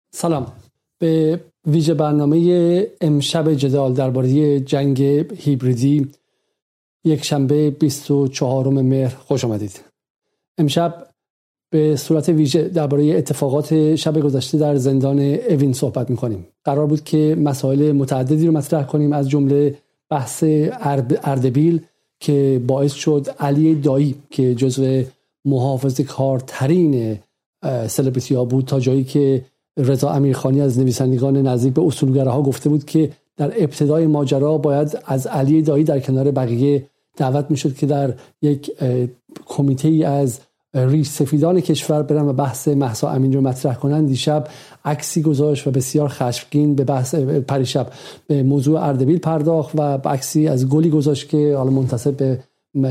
سلام. به ویژه برنامه امشب جدال درباره جنگ هیبریدی یک شنبه 24 مهر خوش آمدید. امشب به صورت ویژه درباره اتفاقات شب گذشته در زندان اوین صحبت می‌کنیم. قرار بود که مسائل متعددی رو مطرح کنیم، از جمله بحث اردبیل که باعث شد علی دایی که جزو محافظه‌کارترین سلبریتی‌ها بود، تا جایی که رضا امیرخانی از نویسندگان نزدیک به اصولگراها گفته بود که در ابتدای ماجرا باید از علی دایی در کنار بقیه دعوت میشد که در یک کمیته از ریش سفیدان کشور برن و بحث مهسا امین رو مطرح کنن. دیشب عکسی گذاشت و بسیار خشمگین به بحث پریشب به موضوع اردبیل پرداخت و عکسی از گلی گذاشت که حالا منتسب به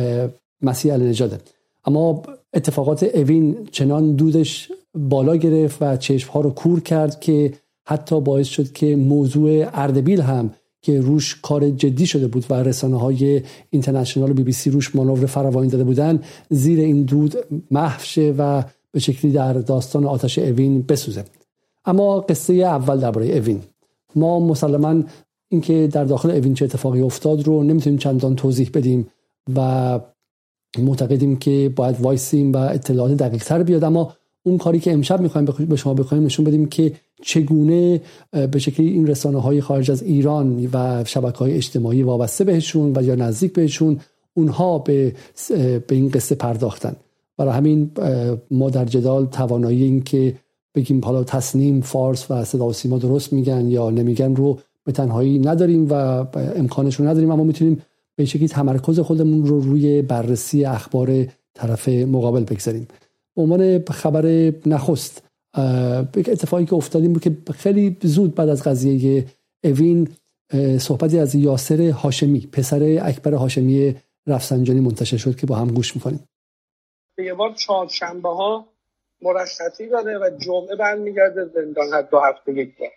مسیح علی نژاده. اما اتفاقات اوین چنان دودش بالا گرفت و چشمها رو کور کرد که حتی باعث شد که موضوع اردبیل هم که روش کار جدی شده بود و رسانه‌های اینترنشنال و بی بی سی روش مانور فراوانی داده بودن، زیر این دود محو شه و به شکلی در داستان آتش اوین بسوزه. اما قصه اول درباره اوین، ما مسلماً اینکه در داخل اوین چه اتفاقی افتاد رو نمیتونیم چندان توضیح بدیم و معتقدیم که باید وایسیم و اطلاعات دقیق‌تر بیاد. اما اون کاری که امشب می‌خوایم به شما بکنیم نشون بدیم که چگونه به شکلی این رسانه‌های خارج از ایران و شبکه‌های اجتماعی وابسته بهشون و یا نزدیک بهشون اونها به این قصه پرداختن. برای همین ما در جدال توانایی این که بگیم حالا تصنیم، فارس و صدا و سیما درست میگن یا نمیگن رو به تنهایی نداریم و امکانش رو نداریم، اما میتونیم به شکلی تمرکز خودمون رو روی بررسی اخبار طرف مقابل بگذاریم. به عنوان خبر نخست، اتفاقی که افتادیم بود که خیلی زود بعد از قضیه اوین صحبتی از یاسر هاشمی، پسر اکبر هاشمی رفسنجانی منتشر شد که با هم گوش میکنیم. یه بار چهارشنبه ها مرخصی داده و جمعه برمیگرده زندان، هر 2 هفته یک بار.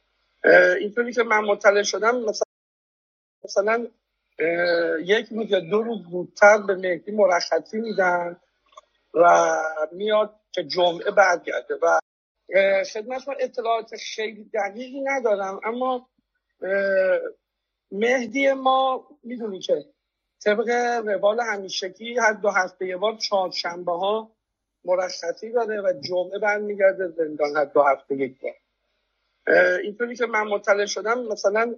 اینطوری که من مطلع شدم مثلا 1 روز یا 2 روز زودتر به مهدی مرخصی میدن و میاد که جمعه برگرده و خدمت من اطلاعات خیلی دقیقی ندارم، اما مهدی ما میدونی که طبق روال همیشگی هر 2 هفته یه بار چهارشنبه ها مرخصی داره و جمعه برمیگرده زندان، هر 2 هفته یک بار. اینطوری که من مطلع شدم مثلا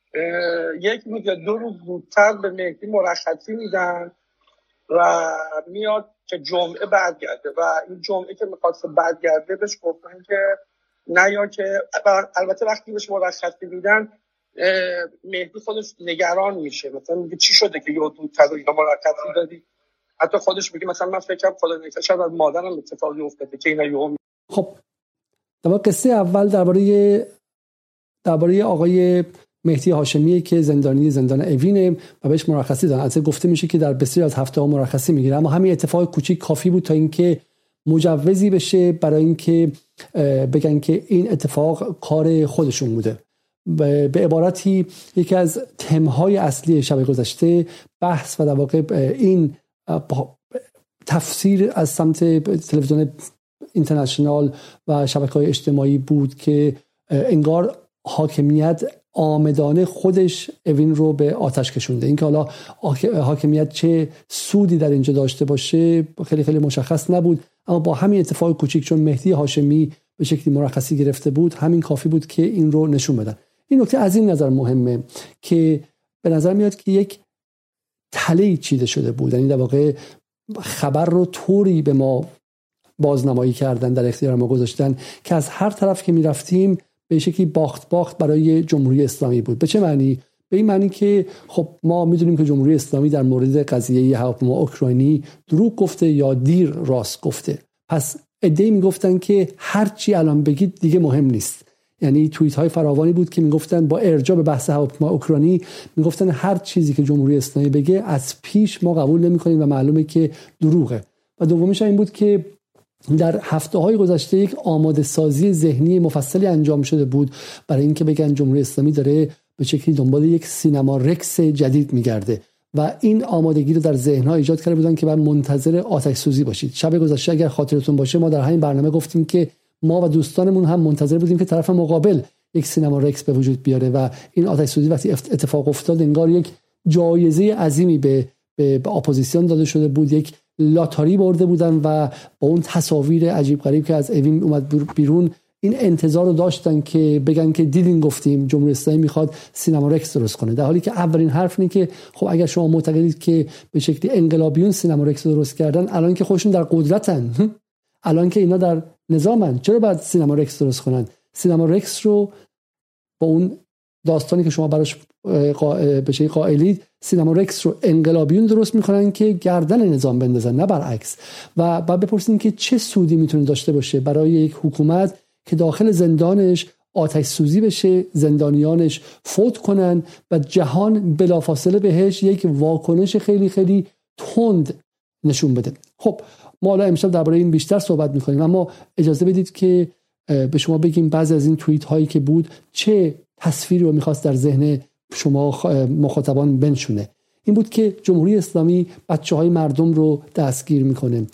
1 روز یا 2 روز زودتر به مهدی مرخصی میدن و میاد که جمعه برگرده و این جمعه که میخواست برگرده بهش گفتن که نه، یا که البته وقتی بهش مرخصی میدن مهدی خودش نگران میشه، مثلا میگه چی شده که یه دودتر و اینا مرخصی دادی. حتی خودش میگه مثلا من فکرم خدا نکنه شاید از مادرم اتفاقی افتاده که اینا یهو. خب در قصه اول درباره آقای مهدی هاشمی که زندان اوینه و بهش مرخصی دادن. البته گفته میشه که در بسیاری از هفته‌ها مرخصی میگیره، اما همین اتفاق کوچیک کافی بود تا اینکه مجوزی بشه برای اینکه بگن که این اتفاق کار خودشون بوده. به عبارتی یکی از تمهای اصلی شب گذشته بحث و در واقع این تفسیر از سمت تلویزیون اینترنشنال و شبکه‌های اجتماعی بود که انگار حاکمیت آمدانه خودش اوین رو به آتش کشونده. اینکه حالا حاکمیت چه سودی در اینجا داشته باشه خیلی خیلی مشخص نبود، اما با همین اتفاق کوچیک چون مهدی هاشمی به شکلی مرخصی گرفته بود همین کافی بود که این رو نشون بدن. این نکته از این نظر مهمه که به نظر میاد که یک تله چیده شده بود، یعنی در واقع خبر رو طوری به ما بازنمایی کردن، در اختیار ما گذاشتن که از هر طرف که میرفتیم به شکلی باخت برای جمهوری اسلامی بود. به چه معنی؟ به این معنی که خب ما میدونیم که جمهوری اسلامی در مورد قضیه هواپیما اوکراینی دروغ گفته یا دیر راست گفته. پس عده‌ای میگفتن که هر چی الان بگید دیگه مهم نیست. یعنی توییت های فراوانی بود که میگفتن با ارجاع به بحث هواپیما اوکراینی میگفتن هر چیزی که جمهوری اسلامی بگه از پیش ما قبول نمی‌کنیم و معلومه که دروغه. و دومیش این بود که در هفته‌های گذشته یک آماده سازی ذهنی مفصلی انجام شده بود برای اینکه بگن جمهوری اسلامی داره به شکلی دنبال یک سینما رکس جدید میگرده و این آمادگی رو در ذهن‌ها ایجاد کرده بودن که بعد منتظر آتش سوزی باشید. شب گذشته اگر خاطرتون باشه ما در همین برنامه گفتیم که ما و دوستانمون هم منتظر بودیم که طرف مقابل یک سینما رکس به وجود بیاره و این آتش سوزی وقتی اتفاق افتاد انگار یک جایزه عظیمی به اپوزیسیون داده شده بود، یک لاتاری برده بودن و با اون تصاویر عجیب غریب که از اوین اومد بیرون این انتظار رو داشتن که بگن که دیدین گفتیم جمهوری اسلامی میخواد سینما رکس درست کنه، در حالی که اولین حرف اینه که خب اگر شما معتقدید که به شکلی انقلابیون سینما رکس درست کردن، الان که خودشون در قدرتن، الان که اینا در نظامن، چرا باید سینما رکس درست کنن؟ سینما رکس رو با اون داستانی که شما براش به شکلی قائلید، سینما رکس رو انقلابیون درست میکنن که گردن نظام بندازن، نه برعکس. و بعد بپرسین که چه سودی میتونه داشته باشه برای یک حکومت که داخل زندانش آتش سوزی بشه، زندانیانش فوت کنن و جهان بلافاصله بهش یک واکنش خیلی خیلی تند نشون بده. خب ما حالا امشب درباره این بیشتر صحبت میکنیم، اما اجازه بدید که به شما بگیم بعضی از این توییت هایی که بود چه تصویری رو میخواست در ذهن شما مخاطبان بنشونه. این بود که جمهوری اسلامی بچه‌های مردم رو دستگیر میکنه،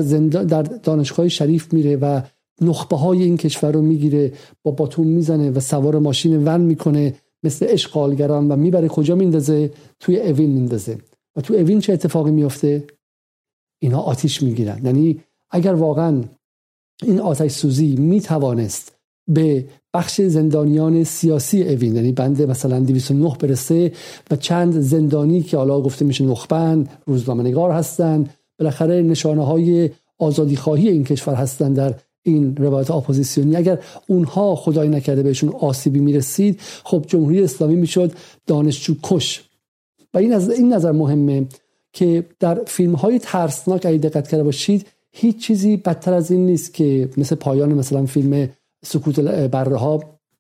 در دانشگاه شریف میره و نخبه های این کشور رو میگیره، با باتون میزنه و سوار ماشین ون میکنه مثل اشغالگران و میبره کجا میندازه؟ توی اوین میندازه. و تو اوین چه اتفاقی میفته؟ اینا آتیش میگیرن. یعنی اگر واقعا این آتش سوزی میتوانست به بخش زندانیان سیاسی اوین، یعنی بند مثلا 209 برسه و چند زندانی که حالا گفته میشه نخبند، روزنامه‌نگار هستن، بالاخره نشانه های آزادی خواهی این کشور هستن در این روایت اپوزیسیونی، اگر اونها خدای نکرده بهشون آسیبی میرسید، خب جمهوری اسلامی میشد دانشجو کش. و این از این نظر مهمه که در فیلم های ترسناک اگه دقت کرده باشید هیچ چیزی بدتر از این نیست که مثل پایان مثلا فیلم سکوت بره‌ها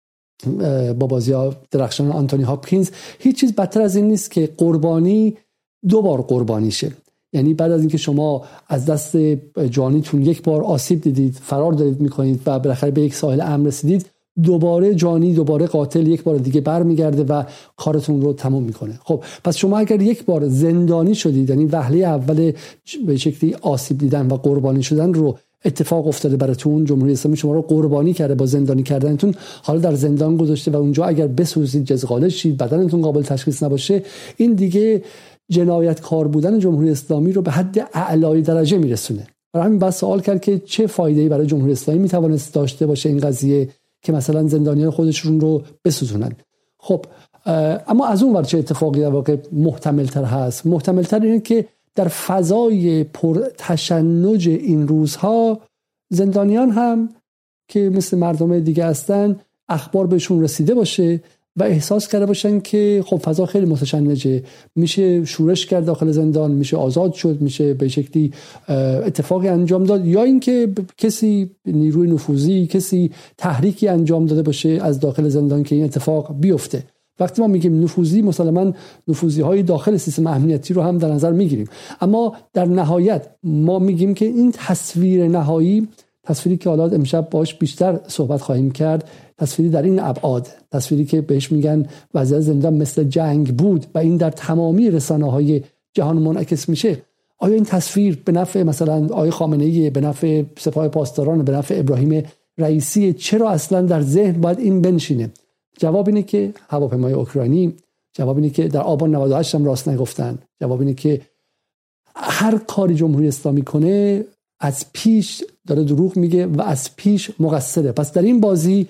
با بازی درخشان آنتونی هاپکینز، هیچ چیز بدتر از این نیست که قربانی دوبار قربانی شه. یعنی بعد از اینکه شما از دست جانیتون یک بار آسیب دیدید، فرار دارید میکنید و بالاخره به یک ساحل امن رسیدید، دوباره جانی، دوباره قاتل یک بار دیگه برمیگرده و کارتون رو تموم میکنه. خب پس شما اگر یک بار زندانی شدید، یعنی وهله اول به شکلی آسیب دیدن و قربانی شدن رو اتفاق افتاده براتون، جمهوری اسلامی شما رو قربانی کرده با زندانی کردنتون، حالا در زندان گذاشته و اونجا اگر بسوزید، جزغاله شید، بدنتون قابل تشخیص نباشه، این دیگه جنایتکار بودن جمهوری اسلامی رو به حد اعلای درجه میرسونه. برای همین بس سوال کرد که چه فایده‌ای برای جمهوری اسلامی میتوانست داشته باشه این قضیه که مثلا زندانیان خودشون رو بسوزونن. خب اما از اون ور چه اتفاقی در واقع محتمل‌تر هست؟ محتمل‌تر اینه که در فضای پرتشنج این روزها زندانیان هم که مثل مردم دیگه هستن اخبار بهشون رسیده باشه و احساس کرده باشن که خب فضا خیلی متشنجه، میشه شورش کرد داخل زندان، میشه آزاد شد، میشه به شکلی اتفاقی انجام داد، یا اینکه کسی نیروی نفوذی، کسی تحریکی انجام داده باشه از داخل زندان که این اتفاق بیفته. وقتی ما میگیم نفوذی، مسلماً نفوذی های داخل سیستم امنیتی رو هم در نظر میگیریم، اما در نهایت ما میگیم که این تصویر نهایی، تصویری که حالا امشب باش بیشتر صحبت خواهیم کرد، تصویری در این ابعاد، تصویری که بهش میگن وضعیت زندان مثل جنگ بود و این در تمامی رسانه‌های جهان منعکس میشه، آیا این تصویر به نفع مثلا آقای خامنه‌ای، به نفع سپاه پاسداران، به نفع ابراهیم رئیسی، چرا اصلا در ذهن باید این بنشینه؟ جواب اینه که هواپیمای اوکراینی، جواب اینه که در آبان 98 هم راست نگفتن، جواب اینه که هر کاری جمهوری اسلامی کنه از پیش داره دروغ میگه و از پیش مقصره. پس در این بازی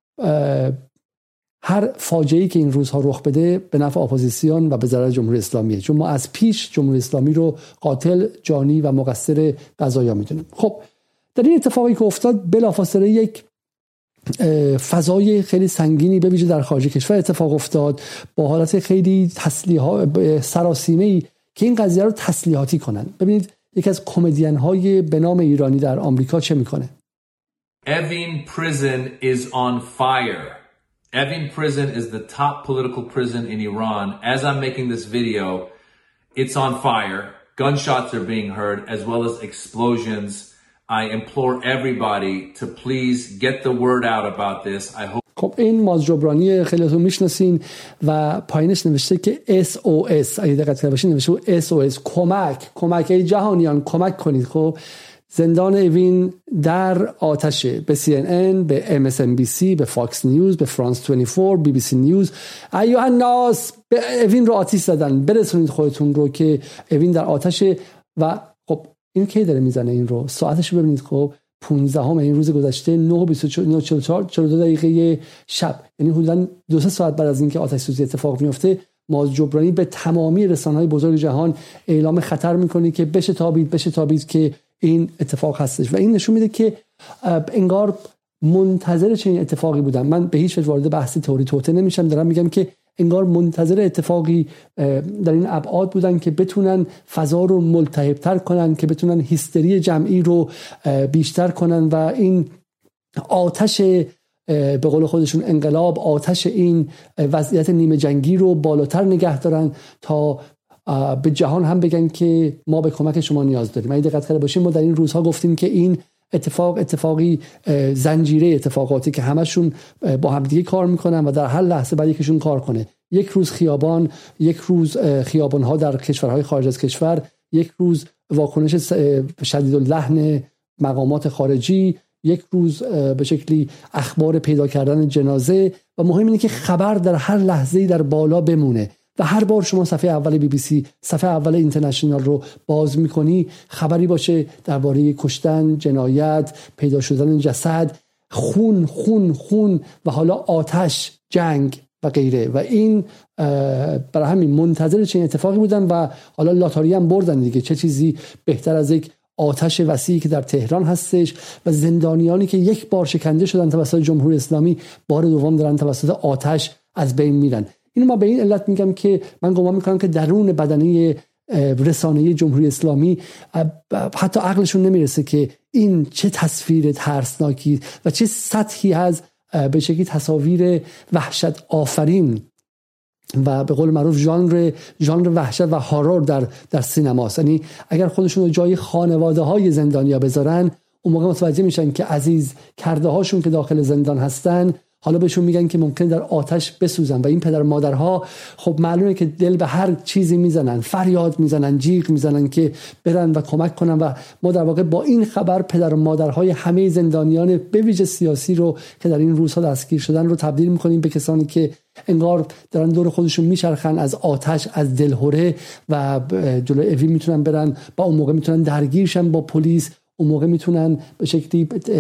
هر فاجعه‌ای که این روزها رخ بده به نفع اپوزیسیون و به ضرر جمهوری اسلامیه، چون ما از پیش جمهوری اسلامی رو قاتل، جانی و مقصر قضایا میدونیم. خب در این اتفاقی که افتاد بلافاصله یک فضای خیلی سنگینی به ویژه در خارج کشور اتفاق افتاد با حالت خیلی سراسیمه‌ای که این قضیه رو تسلیحاتی کنن. ببینید یکی از کمدین های به نام ایرانی در آمریکا چه میکنه. Evin prison is on fire. Evin prison is the top political prison in Iran. As I'm making this video, it's on fire. Gunshots are being heard as well as explosions. I implore everybody to please get the word out about this. I hope. خب این ماز جبرانی خیلیاتون میشناسین و پایینش نوشته که SOS، اگه دقت کنید نوشته SOS، کمک ای جهانیان کمک کنید. خب زندان اوین در آتش، به CNN، به MSNBC، به فاکس نیوز، به فرانس 24، BBC نیوز. ایها الناس، به اوین رو آتش زدن، برسونید خودتون رو که اوین در آتشه. و خب این کی داره میزنه این رو؟ ساعتش رو ببینید. خب 15 این روز گذشته 9:44 شب، یعنی حدوداً 2-3 ساعت بعد از اینکه آتش سوزی اتفاق میفته، ماز جبرانی به تمامی رسانه‌های بزرگ جهان اعلام خطر میکنه که بشه تابید که این اتفاق هستش. و این نشون میده که انگار منتظر چنین اتفاقی بودن. من به هیچ وجه وارد بحث تئوری توطئه نمیشم، دارم میگم که انگار منتظر اتفاقی در این ابعاد بودن که بتونن فضا رو ملتهب‌تر کنن، که بتونن هیستری جمعی رو بیشتر کنن و این آتش، به قول خودشون انقلاب، آتش این وضعیت نیمه جنگی رو بالاتر نگه دارن تا به جهان هم بگن که ما به کمک شما نیاز داریم. اگه دقت کرده باشیم ما در این روزها گفتیم که این اتفاقی زنجیره اتفاقاتی که همشون با همدیگه کار میکنن و در هر لحظه بعد یکیشون کار کنه. یک روز خیابان، یک روز خیابان‌ها در کشورهای خارج از کشور، یک روز واکنش شدیداللحن مقامات خارجی، یک روز به شکلی اخبار پیدا کردن جنازه. و مهم اینه که خبر در هر لحظه‌ای در بالا بمونه و هر بار شما صفحه اول BBC، صفحه اول اینترنشنال رو باز میکنی، خبری باشه درباره کشتن، جنایت، پیدا شدن جسد، خون خون خون و حالا آتش، جنگ و غیره. و این برای همین منتظر چنین اتفاقی بودن و حالا لاتاری هم بردن دیگه. چه چیزی بهتر از یک آتش وسیعی که در تهران هستش و زندانیانی که یک بار شکنجه شدن توسط جمهوری اسلامی، بار دوم دارن توسط آتش از بین میرن. اینو ما به این علت میگم که من گمان میکنم که درون بدنه رسانه جمهوری اسلامی حتی عقلشون نمیرسه که این چه تصویر ترسناکی و چه سطحی از به شکلی تصاویر وحشت آفرین و به قول معروف ژانر وحشت و هارور در سینماست. یعنی اگر خودشون رو جای خانواده های زندانیا بذارن، اون موقع متوجه میشن که عزیز کرده هاشون که داخل زندان هستن حالا بهشون میگن که ممکنه در آتش بسوزن. و این پدر مادرها خب معلومه که دل به هر چیزی میزنن، فریاد میزنن، جیغ میزنن که برن و کمک کنن. و ما در واقع با این خبر پدر و مادرهای همه زندانیان به ویژه سیاسی رو که در این روزها دستگیر شدن رو تبدیل میکنیم به کسانی که انگار دارن دور خودشون میچرخن از آتش، از دلهره و جلوی اوین میتونن برن. با اون موقع میتونن درگیر شن با پلیس، اون موقع میتونن به شکلی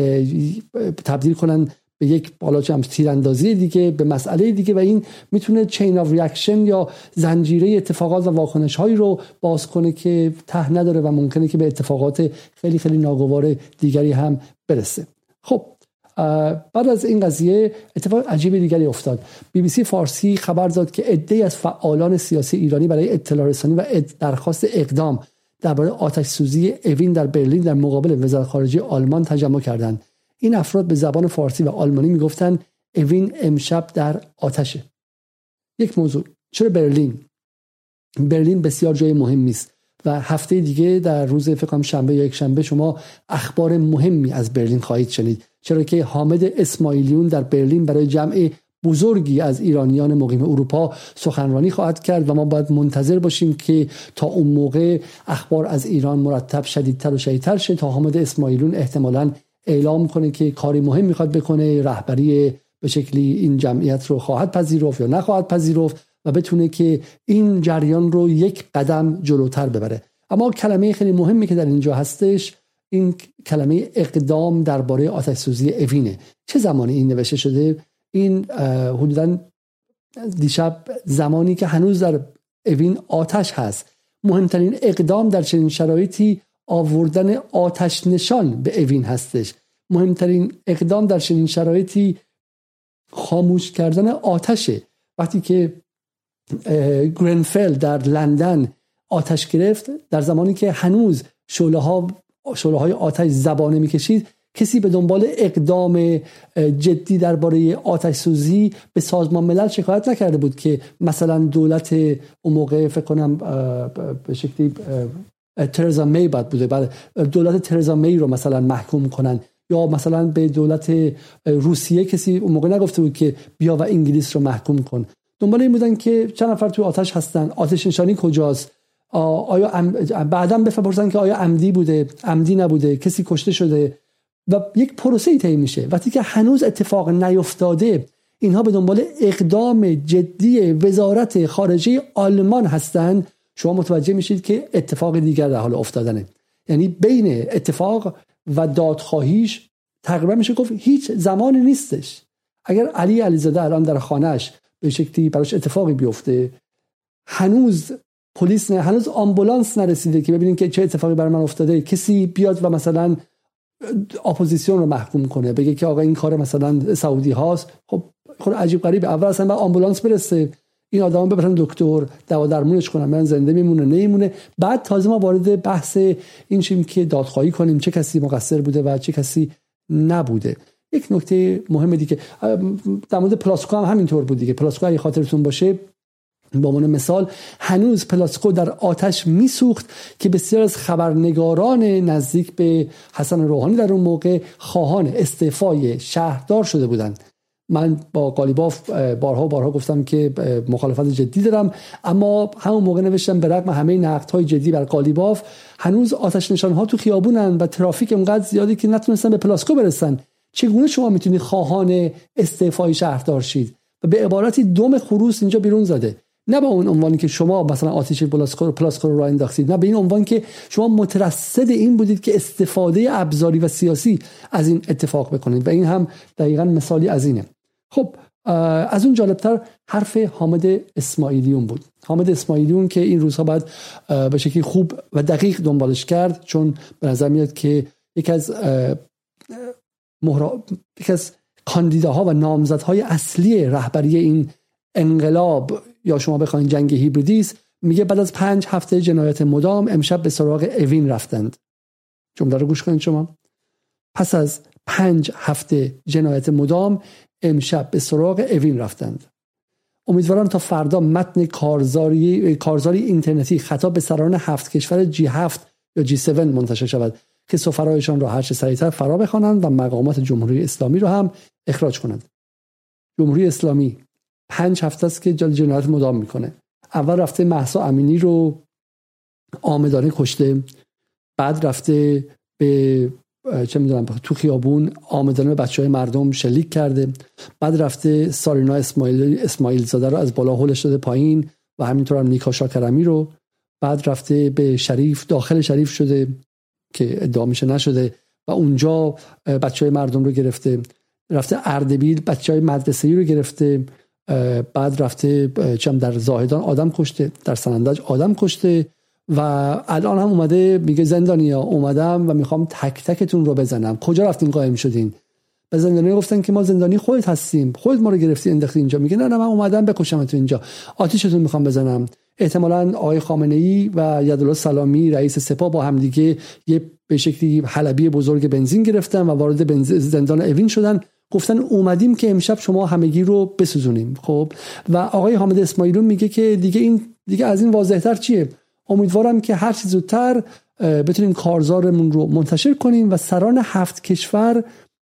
تبدیل کنن به یک بالا تیراندازی دیگه، به مسئله دیگه. و این میتونه چین آف ریاکشن یا زنجیره اتفاقات و واکنش هایی رو باز کنه که ته نداره و ممکنه که به اتفاقات خیلی خیلی ناگوار دیگری هم برسه. خب بعد از این قضیه اتفاق عجیب دیگری افتاد. BBC فارسی خبر داد که عده‌ای از فعالان سیاسی ایرانی برای اطلاع رسانی و درخواست اقدام درباره آتش سوزی اوین در برلین در مقابل وزارت خارجه آلمان تجمع کردند. این افراد به زبان فارسی و آلمانی میگفتن اوین امشب در آتشه. یک موضوع، چرا برلین بسیار جای مهمی است و هفته دیگه در روز فکر کنم شنبه یا یک شنبه شما اخبار مهمی از برلین خواهید شنید، چرا که حامد اسماعیلیون در برلین برای جمع بزرگی از ایرانیان مقیم اروپا سخنرانی خواهد کرد و ما باید منتظر باشیم که تا اون موقع اخبار از ایران مرتب شدیدتر و شدیدتر شه تا حامد اسماعیلیون احتمالاً اعلام کنه که کاری مهم میخواد بکنه، رهبری به شکلی این جمعیت رو خواهد پذیرفت یا نخواهد پذیرفت و بتونه که این جریان رو یک قدم جلوتر ببره. اما کلمه خیلی مهمی که در اینجا هستش این کلمه اقدام درباره آتش سوزی اوینه. چه زمانی این نوشته شده؟ این حدوداً دیشب، زمانی که هنوز در اوین آتش هست. مهمترین اقدام در چنین شرایطی آوردن آتش نشان به اوین هستش. مهمترین اقدام در چنین شرایطی خاموش کردن آتشه. وقتی که گرنفل در لندن آتش گرفت، در زمانی که هنوز شعله‌های آتش زبانه می‌کشید، کسی به دنبال اقدام جدی درباره آتش سوزی به سازمان ملل شکایت نکرده بود که مثلا دولت اون موقع فکر کنم به شکلی ترزا می بعد بوده، بعد دولت ترزا می رو مثلا محکوم کنن، یا مثلا به دولت روسیه کسی اون موقع نگفته بود که بیا و انگلیس رو محکوم کن. دنبال این بودن که چند نفر توی آتش هستن، آتش نشانی کجاست آیا بعداً بپرسن که آیا عمدی بوده، عمدی نبوده، کسی کشته شده و یک پروسه‌ای طی میشه. وقتی که هنوز اتفاق نیفتاده اینها به دنبال اقدام جدی وزارت خارجه آلمان هستند، شما متوجه میشید که اتفاق دیگر در حال افتادنه. یعنی بین اتفاق و دادخواهیش تقریبا میشه گفت هیچ زمانی نیستش. اگر علی علیزاده الان در خانهش به شکلی براش اتفاقی بیفته، هنوز پلیس نه، هنوز آمبولانس نرسیده که ببینین که چه اتفاقی برای من افتاده، کسی بیاد و مثلا اپوزیسیون رو محکوم کنه، بگه که آقا این کار مثلا سعودی هاست، خب خود عجیب غریبه. اول اصلا بعد آمبولانس برسه، این آدمو ببرن دکتر، دوا درمونش کنن، من زنده میمونه نمیمونه، بعد تازه ما وارد بحث این شیم که دادخواهی کنیم چه کسی مقصر بوده و چه کسی نبوده. یک نکته مهم دیگه در مورد پلاسکو هم همینطور بود دیگه. پلاسکو اگه خاطرتون باشه به عنوان مثال هنوز پلاسکو در آتش میسوخت که بسیار از خبرنگاران نزدیک به حسن روحانی در اون موقع خواهان استعفای شهردار شده بودند. من با قالیباف بارها گفتم که مخالفت جدی دارم، اما همون موقع نوشتم به رغم همه نقدهای جدی بر قالیباف هنوز آتش نشانها تو خیابونن و ترافیک اونقدر زیادی که نتونستن به پلاسکو برسن. چگونه شما میتونید خواهان استعفای شهردار شید؟ و به عبارتی دم خروس اینجا بیرون زده. نه به اون عنوانی که شما مثلا آتش پلاسکو رو راه انداختید، نه به این عنوان که شما مترصد این بودید که استفاده ابزاری و سیاسی از این اتفاق بکنید و این هم دقیقاً مثالی از اینه. خب از اون جالبتر حرف حامد اسماعیلیون بود. حامد اسماعیلیون که این روزها باید به شکلی خوب و دقیق دنبالش کرد، چون به نظر میاد که یکی از کاندیداها و نامزدهای اصلی رهبری این انقلاب یا شما بخواید جنگ هیبریدی است، میگه بعد از 5 هفته جنایت مدام امشب به سراغ اوین رفتند. جمله رو گوش کنید شما. پس از 5 هفته جنایت مدام امشب به سراغ اوین رفتند. امیدوارم تا فردا متن کارزاری اینترنتی خطاب به سران 7 کشور G7 یا G7 منتشر شود که سفرایشان را هر چه سریعتر فرا بخوانند و مقامات جمهوری اسلامی را هم اخراج کنند. جمهوری اسلامی 5 هفته است که جنایت مدام میکنه. اول رفته مهسا امینی رو عامدانه کشته، بعد رفته به چه میدونم تو خیابون عامدانه بچهای مردم شلیک کرده، بعد رفته سارینا اسماعیل زاده رو از بالا هلش داده پایین و همینطور هم نیکا شاکرمی رو، بعد رفته به شریف، داخل شریف شده که ادعا میشه نشده و اونجا بچهای مردم رو گرفته، رفته اردبیل بچهای مدرسه‌ای رو گرفته، بعد رفته در زاهدان آدم کشته، در سنندج آدم کشته و الان هم اومده میگه زندانیا اومدم و میخوام تک تکتون رو بزنم. کجا رفتین قایم شدین؟ به زندانیا گفتن که ما زندانی خودت هستیم، خودت ما رو گرفتی انداختی اینجا. میگه نه من اومدم بکشمتون اینجا، آتیشتون میخوام بزنم. احتمالاً آقای خامنه‌ای و یدالله سلامی رئیس سپاه با هم دیگه یه به شکلی حلبی بزرگ بنزین گرفتن و وارد زندان اوین شدن، گفتن اومدیم که امشب شما همگی رو بسوزونیم. خب و آقای حامد اسماعیلیون میگه که دیگه از این واضح‌تر چیه؟ امیدوارم که هر چیز زودتر بتونیم کارزارمون رو منتشر کنیم و سران 7 کشور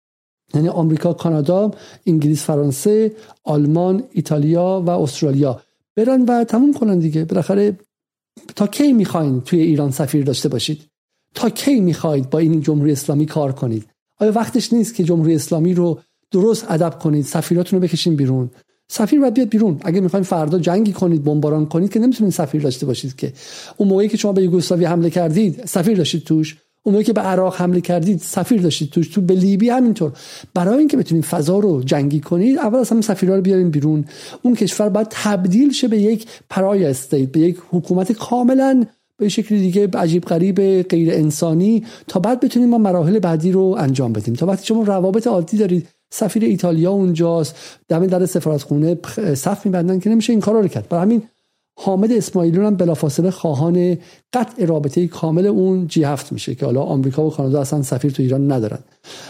یعنی آمریکا، کانادا، انگلیس، فرانسه، آلمان، ایتالیا و استرالیا برن و تموم کنن دیگه. بالاخره تا کی میخواین توی ایران سفیر داشته باشید؟ تا کی میخواید با این جمهوری اسلامی کار کنید؟ آیا وقتش نیست که جمهوری اسلامی رو درست ادب کنید، سفیراتون رو بکشین بیرون؟ سفیر باید بیاد بیرون. اگه میخواین فردا جنگی کنید، بمباران کنید که نمیتونید سفیر داشته باشید که. اون موقعی که شما به یوگسلاوی حمله کردید سفیر داشتید توش، اون موقعی که به عراق حمله کردید سفیر داشتید توش، تو به لیبی همینطور. برای اینکه بتونید فضا رو جنگی کنید اول از همه سفیرا رو بیارین بیرون. اون کشور باید تبدیل شه به یک پرایا استیت، به یک حکومت کاملا به شکلی دیگه عجیب غریب غیر انسانی، تا بعد بتونیم ما مراحل بعدی رو انجام بدیم. تا وقتی شما روابط عادی دارید، سفیر ایتالیا اونجاست، دم در سفارتخونه صف می‌بندن که نمیشه این کارا رو کرد. برای همین حامد اسماعیلیون هم بلافاصله خواهان قطع رابطه کامل اون G7 میشه که حالا آمریکا و کانادا اصلا سفیر تو ایران ندارن.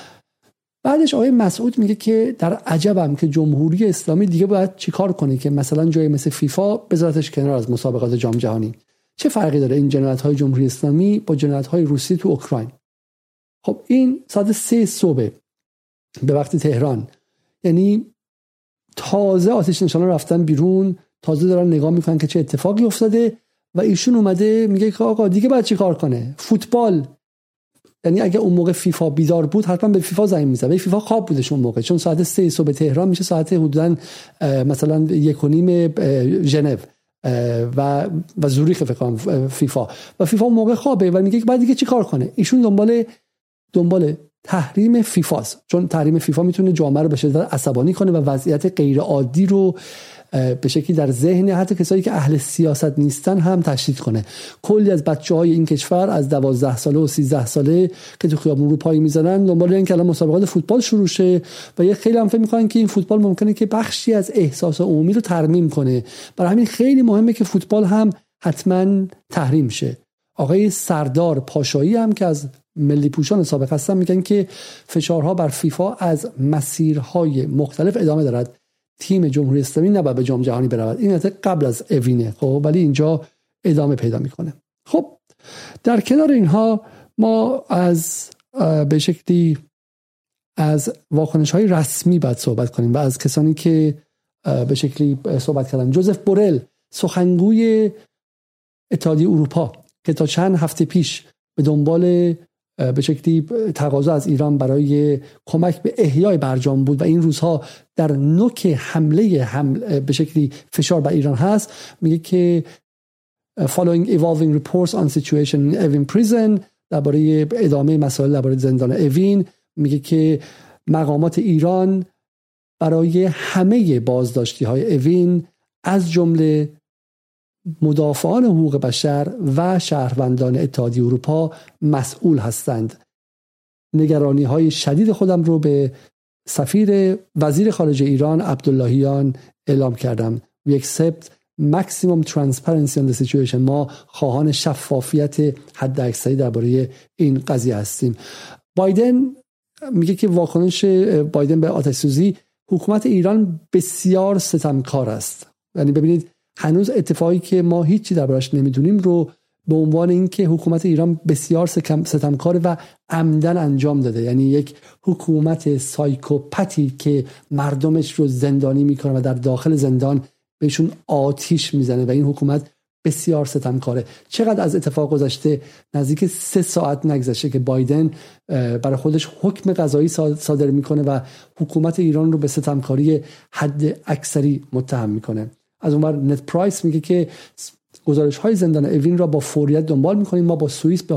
بعدش آقای مسعود میگه که در عجبم که جمهوری اسلامی دیگه باید چیکار کنه که مثلا جای مثل فیفا بذارتش کنار از مسابقات جام جهانی. چه فرقی داره این جنایت‌های جمهوری اسلامی با جنایت‌های روسیه تو اوکراین؟ خب این ساعت 3 صبح به وقت تهران، یعنی تازه آتش نشانا رفتن بیرون، تازه دارن نگاه میکنن که چه اتفاقی افتاده و ایشون اومده میگه که آقا دیگه باید چی کار کنه؟ فوتبال، یعنی اگه اون موقع فیفا بیدار بود حتما به فیفا زنگ میزد، ولی فیفا خواب بودش اون موقع، چون ساعت 3 صبح تهران میشه ساعت حدوداً مثلا 1:30 ژنو و زوریخ فکر کنم فیفا، و فیفا اون موقع خوابه و میگه بعد دیگه چی کار کنه. ایشون دنبال تحریم فیفاست، چون تحریم فیفا میتونه جامعه رو به شدت عصبانی کنه و وضعیت غیر عادی رو به شکلی در ذهن حتی کسایی که اهل سیاست نیستن هم تشدید کنه. کلی از بچه‌های این کشور از 12 ساله و 13 ساله که تو خیابون رو پای میزنن دنبال این که الان مسابقات فوتبال شروع شه و یه خیلی هم فکر می‌کنن که این فوتبال ممکنه که بخشی از احساس عمومی رو ترمیم کنه. برای همین خیلی مهمه که فوتبال هم حتما تحریم شه. آقای سردار پاشایی هم که از ملی پوشان سابق هستن میگن که فشارها بر فیفا از مسیرهای مختلف ادامه دارد. تیم جمهوری اسلامی نباید به جام جهانی برود. این قبل از اوینه، خب ولی اینجا ادامه پیدا میکنه. خب در کنار اینها ما از به شکلی از واکنش‌های رسمی باید صحبت کنیم و از کسانی که به شکلی صحبت کردن. جوزف بورل سخنگوی اتحادیه اروپا که تا چند هفته پیش به دنبال به شکلی تقاضا از ایران برای کمک به احیای برجام بود و این روزها در نوک حمله به شکلی فشار بر ایران هست، میگه که following evolving reports on situation in Evin prison، درباره ادامه مسائل درباره زندان اوین، میگه که مقامات ایران برای همه بازداشتی های اوین از جمله مدافعان حقوق بشر و شهروندان اتحادیه اروپا مسئول هستند. نگرانی های شدید خودم رو به وزیر خارجه ایران عبداللهیان اعلام کردم. We accept maximum transparency on the situation. ما خواهان شفافیت حد اکثری درباره این قضیه هستیم. بایدن میگه که واکنش بایدن به آتش سوزی، حکومت ایران بسیار ستمکار است. یعنی ببینید هنوز اتفاقی که ما هیچی دربارش نمیدونیم رو به عنوان اینکه حکومت ایران بسیار ستمکار و عمدن انجام داده، یعنی یک حکومت سایکوپاتی که مردمش رو زندانی میکنه و در داخل زندان بهشون آتیش میزنه و این حکومت بسیار ستمکاره. چقدر از اتفاق گذشته؟ نزدیک 3 ساعت نگذشته که بایدن برای خودش حکم قضایی صادر میکنه و حکومت ایران رو به ستمکاری حد اکثری متهم میکنه. از اونور نت پرایس میگه که گزارش های زندان اوین را با فوریت دنبال میکنیم. ما با سوئیس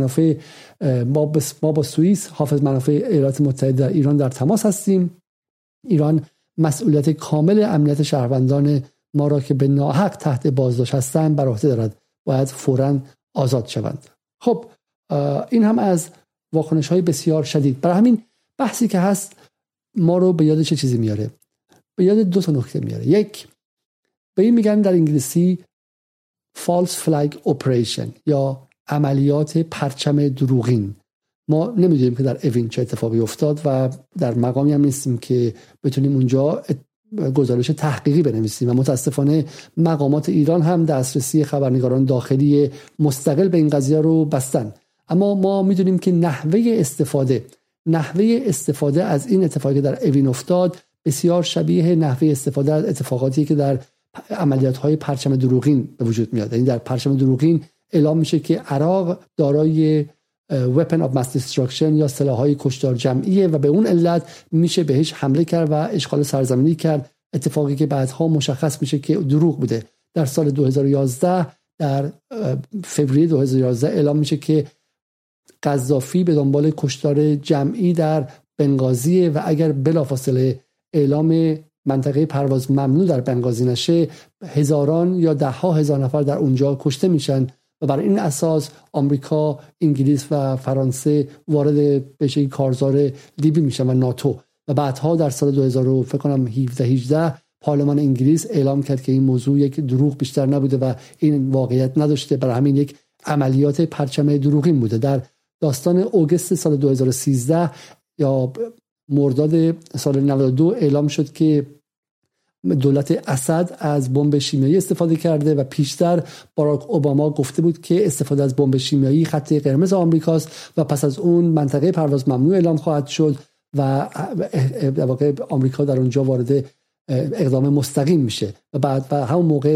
حافظ منافع ایالات متحده در ایران در تماس هستیم. ایران مسئولیت کامل امنیت شهروندان ما را که به ناحق تحت بازداشت هستند بر عهده دارد، باید فوراً آزاد شوند. خب این هم از واکنش های بسیار شدید. برای همین بحثی که هست ما رو به یاد چه چیزی میاره؟ به یاد 2 تا نکته میاره. یک، به این میگن در انگلیسی false flag operation یا عملیات پرچم دروغین. ما نمیدونیم که در اوین چه اتفاقی افتاد و در مقامی هم نیستیم که بتونیم اونجا گزارش تحقیقی بنویسیم و متاسفانه مقامات ایران هم دسترسی خبرنگاران داخلی مستقل به این قضیه رو بستن. اما ما میدونیم که نحوه استفاده از این اتفاقی در اوین افتاد بسیار شبیه نحوه استفاده از اتفاقاتی که در عملیات‌های پرچم دروغین به وجود میاد. یعنی در پرچم دروغین اعلام میشه که عراق دارای weapon of mass destruction یا سلاح‌های کشتار جمعیه و به اون علت میشه بهش حمله کرد و اشغال سرزمینی کرد، اتفاقی که بعدها مشخص میشه که دروغ بوده. در سال 2011 در فوریه 2011 اعلام میشه که قذافی به دنبال کشتار جمعی در بنغازی و اگر بلافاصله اعلام منطقه پرواز ممنوع در بنغازی نشه، هزاران یا 10,000 نفر در اونجا کشته میشن و برای این اساس آمریکا، انگلیس و فرانسه وارد بشه کارزار لیبی میشن و ناتو. و بعدها در سال 2017 پارلمان انگلیس اعلام کرد که این موضوع یک دروغ بیشتر نبوده و این واقعیت نداشته، برای همین یک عملیات پرچم دروغین بوده. در داستان اوگست سال 2013 یا مرداد سال 92 اعلام شد که دولت اسد از بمب شیمیایی استفاده کرده و پیشتر باراک اوباما گفته بود که استفاده از بمب شیمیایی خط قرمز آمریکاست و پس از اون منطقه پرواز ممنوع اعلام خواهد شد و در واقع آمریکا در اونجا وارد اقدام مستقیم میشه و بعد و همون موقع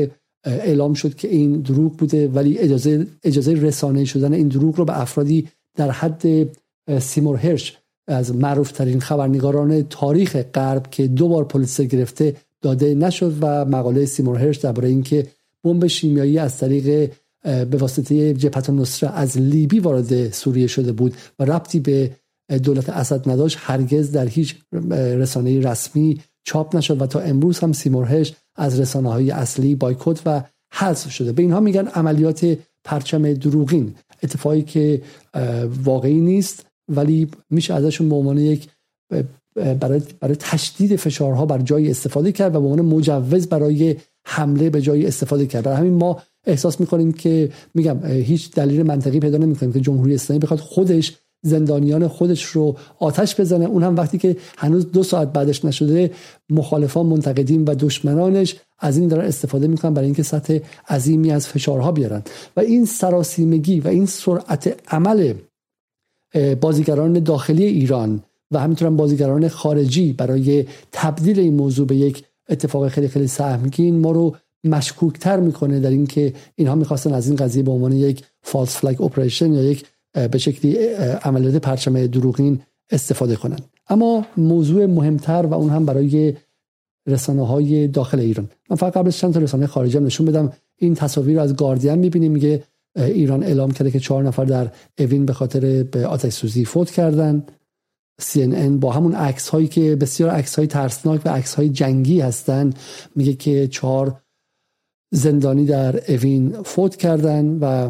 اعلام شد که این دروغ بوده، ولی اجازه رسانه شدن این دروغ رو به افرادی در حد سیمور هرش از معروف ترین خبرنگاران تاریخ غرب که 2 بار پولیتزر گرفته داده نشد و مقاله سیمور هرش درباره اینکه بمب شیمیایی از طریق به واسطه جبهه النصره از لیبی وارد سوریه شده بود و ربطی به دولت اسد نداشت هرگز در هیچ رسانه رسمی چاپ نشد و تا امروز هم سیمور هرش از رسانه‌های اصلی بایکوت و حذف شده. به اینها میگن عملیات پرچم دروغین، اتفاقی که واقعی نیست ولی میشه ازشون به عنوان یک برای تشدید فشارها بر جای استفاده کرد و به عنوان مجوز برای حمله به جای استفاده کرد. برای همین ما احساس میکنیم که میگم هیچ دلیل منطقی پیدا نمیکنیم که جمهوری اسلامی بخواد خودش زندانیان خودش رو آتش بزنه، اون هم وقتی که هنوز 2 ساعت بعدش نشده مخالفان، منتقدین و دشمنانش از این دارن استفاده میکنن برای اینکه سطح عظیمی از فشارها بیارن. و این سراسیمگی و این سرعت عمل بازیگران داخلی ایران و همینطور هم بازیگران خارجی برای تبدیل این موضوع به یک اتفاق خیلی خیلی سهمگین ما رو مشکوکتر میکنه در اینکه اینها میخواستن از این قضیه به عنوان یک فالس فلگ اپریشن یا یک به شکلی عملیات پرچم دروغین استفاده کنن. اما موضوع مهمتر و اون هم برای رسانه‌های داخل ایران، من فقط قبلش چند تا رسانه خارجی هم نشون بدم. این تصاویر رو از گاردین می‌بینیم، میگه ایران اعلام کرده که 4 نفر در اوین به خاطر آتش سوزی فوت کردن. CNN با همون عکس هایی که بسیار عکس های ترسناک و عکس های جنگی هستن میگه که 4 زندانی در اوین فوت کردن و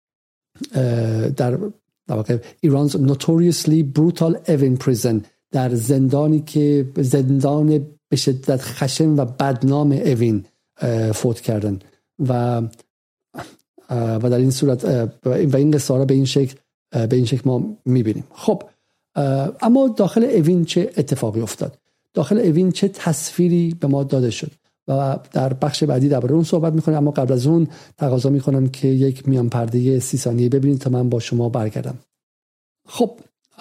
در واقع ایران's notoriously brutal Evin prison، در زندانی که زندان به شدت خشن و بدنام اوین فوت کردن و در این صورت و این قصه را به این شکل ما میبینیم. خب اما داخل اوین چه اتفاقی افتاد؟ داخل اوین چه تصویری به ما داده شد؟ و در بخش بعدی درباره اون صحبت میکنم، اما قبل از اون تقاضا میکنم که یک میان پرده 30 ثانیه ببینید تا من با شما برگردم. خب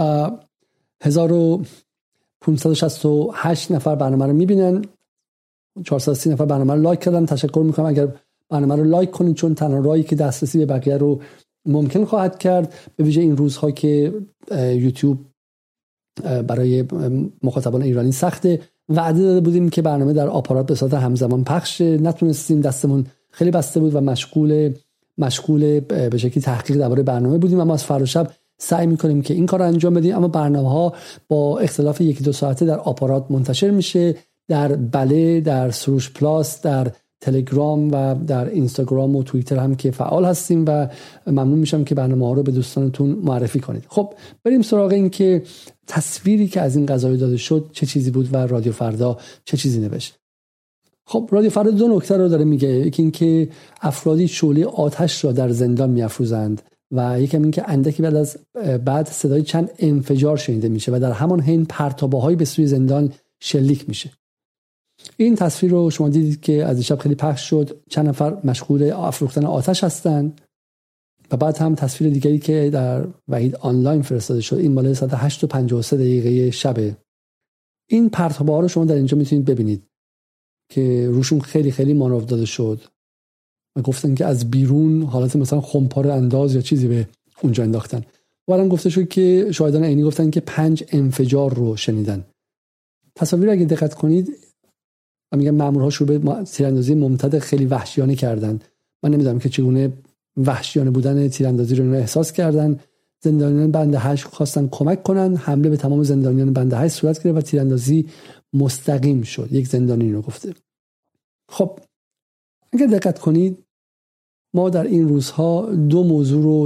1568 نفر برنامه رو میبینن، 430 نفر برنامه رو لایک کردن. تشکر میکنم اگر برنامه رو لایک کنید، چون تنها راهی که دسترسی به بقیه رو ممکن خواهد کرد، به ویژه این روزها که یوتیوب برای مخاطبان ایرانی سخته. وعده داده بودیم که برنامه در آپارات به صورت همزمان پخش، نتونستیم، دستمون خیلی بسته بود و مشغول به شکلی تحقیق درباره برنامه بودیم. اما از فردا شب سعی میکنیم که این کار رو انجام بدیم. اما برنامه‌ها با اختلاف 1-2 ساعته در آپارات منتشر میشه، در بله، در سروش پلاس، در تلگرام و در اینستاگرام و توییتر هم که فعال هستیم و ممنون میشم که برنامه‌ها رو به دوستانتون معرفی کنید. خب بریم سراغ این که تصویری که از این قضیه داده شد چه چیزی بود و رادیو فردا چه چیزی نوشت. خب رادیو فردا 2 نکته رو داره میگه. یکی این که افرادی شعله آتش را در زندان میافروزند و یکم این که اندکی بعد صدای چند انفجار شنیده میشه و در همان حین پرتابه‌هایی به سوی زندان شلیک میشه. این تصویر رو شما دیدید که از شب خیلی پخش شد، چند نفر مشغول افروختن آتش هستن و بعد هم تصویر دیگری که در وحید آنلاین فرستاده شد، این مال ساعت 8:53 شبه. این پرتابه‌ها رو شما در اینجا میتونید ببینید که روشون خیلی خیلی مانور داده شد و گفتن که از بیرون حالت مثلا خمپار انداز یا چیزی به اونجا انداختن. بعدم گفته شد که شاهدان عینی گفتن که 5 انفجار رو شنیدن. تصاویر اگه دقت کنید، من میگم مامورها شروع به تیراندازی ممتد خیلی وحشیانه کردن. من نمیدونم که چگونه وحشیانه بودن تیراندازی رو احساس کردن. زندانیان بند 8 خواستن کمک کنن، حمله به تمام زندانیان بند 8 صورت گرفت و تیراندازی مستقیم شد. یک زندانی رو گفته. خب اگر دقت کنید ما در این روزها 2 موضوع رو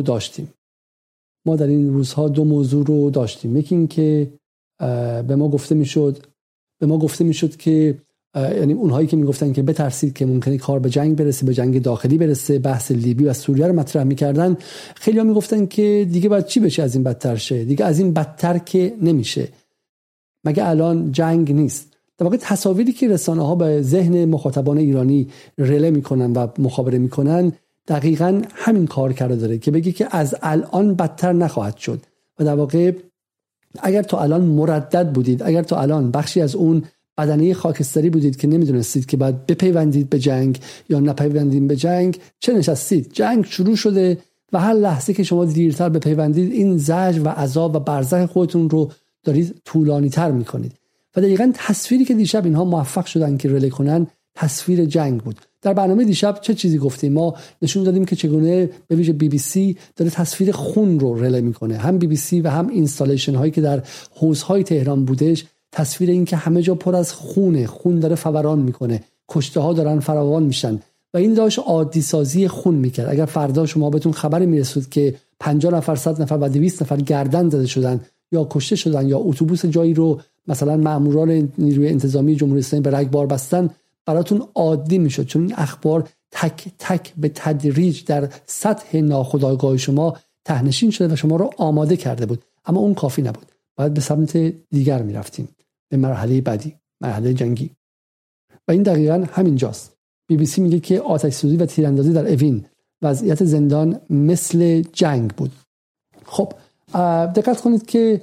داشتیم. یکی این که به ما گفته میشد که یعنی اونهایی که میگفتن که بترسید که ممکنه کار به جنگ برسه، به جنگ داخلی برسه، بحث لیبی و سوریه رو مطرح میکردن. خیلی‌ها میگفتن که دیگه باید چی بشه، از این بدتر شه، دیگه از این بدتر که نمیشه، مگه الان جنگ نیست. در واقع تصاویری که رسانه‌ها به ذهن مخاطبان ایرانی رله میکنن و مخابره میکنن دقیقاً همین کار کرده داره که بگه که از الان بدتر نخواهد شد. و در واقع اگر تا الان مردد بودید، اگر تا الان بخشی از اون بدنه خاکستری بودید که نمیدونستید که باید بپیوندید به جنگ یا نپیوندید به جنگ، چه نشستید؟ جنگ شروع شده و هر لحظه که شما دیرتر بپیوندید این زجر و عذاب و برزخ خودتون رو دارید طولانی تر میکنید. و دقیقاً تصویری که دیشب اینها موفق شدن که رله کنن تصویر جنگ بود. در برنامه دیشب چه چیزی گفتیم؟ ما نشون دادیم که چگونه به ویژه BBC داره تصویر خون رو رله میکنه. هم BBC و هم اینستالیشن هایی که در حوضهای تهران بودش، تصویر این که همه جا پر از خون داره فوران میکنه، کشته ها دارن فراوان میشن و این داشت عادی سازی خون میکرد. اگر فردا شما بهتون خبری میرسید که 50 نفر 100 نفر و 200 نفر گردن زده شدن یا کشته شدن یا اتوبوس جایی رو مثلا ماموران نیروی انتظامی جمهوری اسلامی به رگبار بستن، براتون عادی میشد، چون این اخبار تک تک به تدریج در سطح ناخودآگاه شما تهنشین شده و شما رو آماده کرده بود. اما اون کافی نبود، باید به سمت دیگر میرفتیم، به مرحله بعدی، مرحله جنگی. و این دقیقاً همینجاست. BBC میگه که آتش سوزی و تیراندازی در اوین، وضعیت زندان مثل جنگ بود. خب دقت کنید که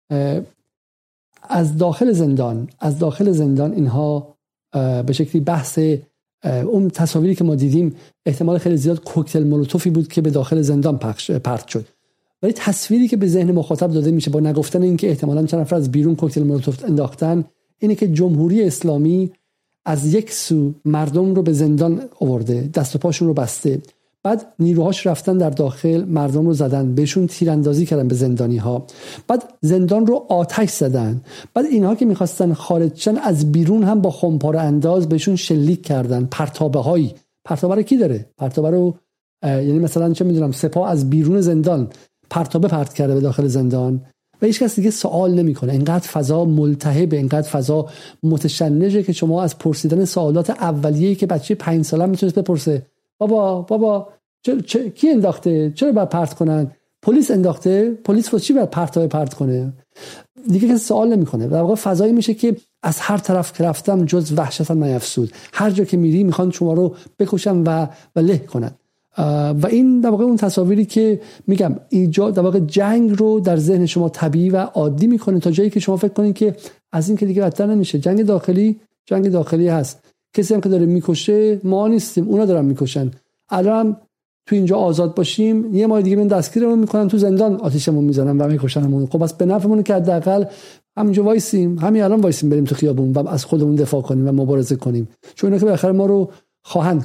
از داخل زندان اینها به شکلی بحث اون تصاویری که ما دیدیم احتمال خیلی زیاد کوکتل مولوتوفی بود که به داخل زندان پرت شد، ولی تصویری که به ذهن مخاطب داده میشه با نگفتن اینکه احتمالاً چند نفر از بیرون کوکتل مولوتوف انداختن، اینه که جمهوری اسلامی از یک سو مردم رو به زندان آورده، دست و پاشون رو بسته، بعد نیروهاش رفتن در داخل مردم رو زدن، بهشون تیراندازی کردن به زندانی ها، بعد زندان رو آتش زدن، بعد اینها که میخواستن خارج شن از بیرون هم با خمپاره انداز بهشون شلیک کردن. پرتابه کی داره؟ پرتابه رو یعنی مثلا چه میدونم سپاه از بیرون زندان پرتابه پرت کرده به داخل زندان و هیچ کس دیگه سوال نمیکنه. اینقدر فضا ملتهبه، اینقدر فضا متشنجه که شما از پرسیدن سوالات اولیه‌ای که بچه 5 ساله میتونه بپرسه، بابا کی انداخته؟ چرا باید پرت کنن؟ پلیس انداخته؟ پلیس واسه چی باید پرت کنه؟ دیگه کسی سوال نمیکنه. در واقع فضایی میشه که از هر طرف که رفتم جز وحشت نیفزود، هر جا که میری میخوان شما رو بکشن و له کنن. و این در واقع اون تصاویری که میگم ایجاد در واقع جنگ رو در ذهن شما طبیعی و عادی میکنه تا جایی که شما فکر کنید که از این که دیگه بدتر نمیشه. جنگ داخلی هست، کسی هم که داره میکشه ما نیستیم، اونا دارن میکشن. الان تو اینجا آزاد باشیم یه ماه دیگه من دستگیرمون میکنن، تو زندان آتیشمون میزنن و میکشنمون. خب بس به نفعمونه که حداقل همینجا وایسیم، همین الان وایسیم، بریم تو خیابون و از خودمون دفاع کنیم و مبارزه کنیم، چون اینا که بالاخره ما رو خواهند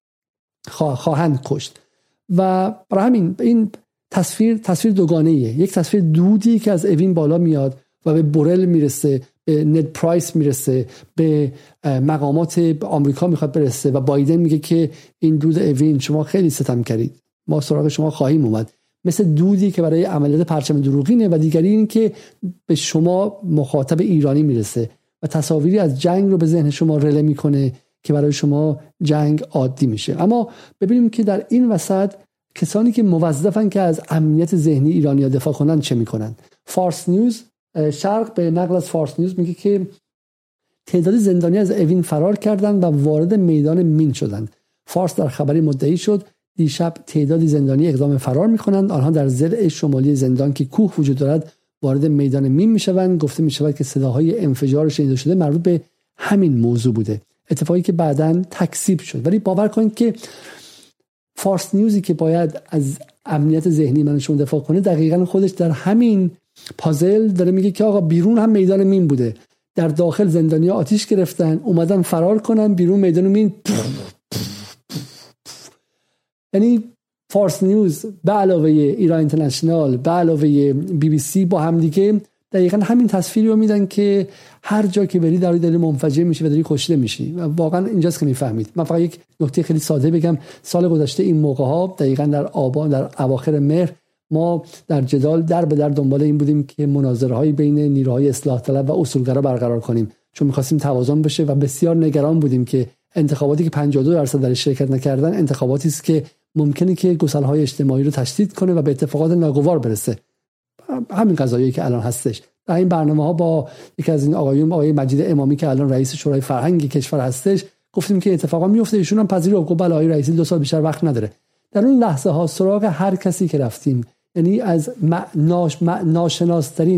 کشت. و برای همین این تصویر دوگانه‌ایه. یک تصویر دودی که از اوین بالا میاد و به بورل میرسه، به ند پرایس میرسه، به مقامات آمریکا میخواد برسه و بایدن میگه که این دود اوین شما خیلی ستم کردید، ما سراغ شما خواهیم اومد، مثل دودی که برای عملیات پرچم دروغینه. و دیگری این که به شما مخاطب ایرانی میرسه و تصاویری از جنگ رو به ذهن شما رله میکنه که برای شما جنگ عادی میشه. اما ببینیم که در این وسط کسانی که موظفن که از امنیت ذهنی ایرانی‌ها دفاع کنن چه میکنن. فارس نیوز، شرق به نقل از فارس نیوز میگه که تعدادی زندانی از اوین فرار کردند و وارد میدان مین شدند. فارس در خبری مدعی شد دیشب تعدادی زندانی اقدام فرار میکنند، آنها در ضلع شمالی زندان که کوه وجود دارد وارد میدان مین میشوند. گفته میشود که صداهای انفجار شنیده شده مربوط به همین موضوع بوده، اتفاقی که بعداً تکذیب شد. ولی باور کنید که فارس نیوزی که باید از امنیت ذهنی من شما دفاع کنه دقیقاً خودش در همین پازل داره میگه که آقا بیرون هم میدان مین بوده، در داخل زندانیا آتیش گرفتن اومدن فرار کنن، بیرون میدان مین. یعنی فارس نیوز به علاوه ایران اینترنشنال به علاوه BBC با هم دیگه دقیقاً همین تصویری رو میدن که هر جا که بری داری منفجر میشی و داری کشته میشی. و واقعا اینجاست که میفهمید. من فقط یک نکته خیلی ساده بگم، سال گذشته این موقع ها دقیقاً در آبان، در اواخر مهر، ما در جدال در به در دنبال این بودیم که مناظره های بین نیروهای اصلاح طلب و اصولگرا برقرار کنیم، چون می‌خواستیم توازن بشه و بسیار نگران بودیم که انتخاباتی که 52% در شرکت نکردن انتخاباتی است که ممکنه که گسل‌های اجتماعی رو تشدید کنه و به اتفاقات ناگوار برسه. همین قضایی که الان هستش. در این برنامه‌ها با یکی از این آقای مجید امامی که الان رئیس شورای فرهنگ کشور هستش گفتیم که اتفاقا میفته، ایشون هم پذیرفت، گفت بله آقای رئیسی 2 سال بیشتر وقت نداره. در اون لحظه ها سراغ هر کسی که رفتیم، یعنی از ناشناسترین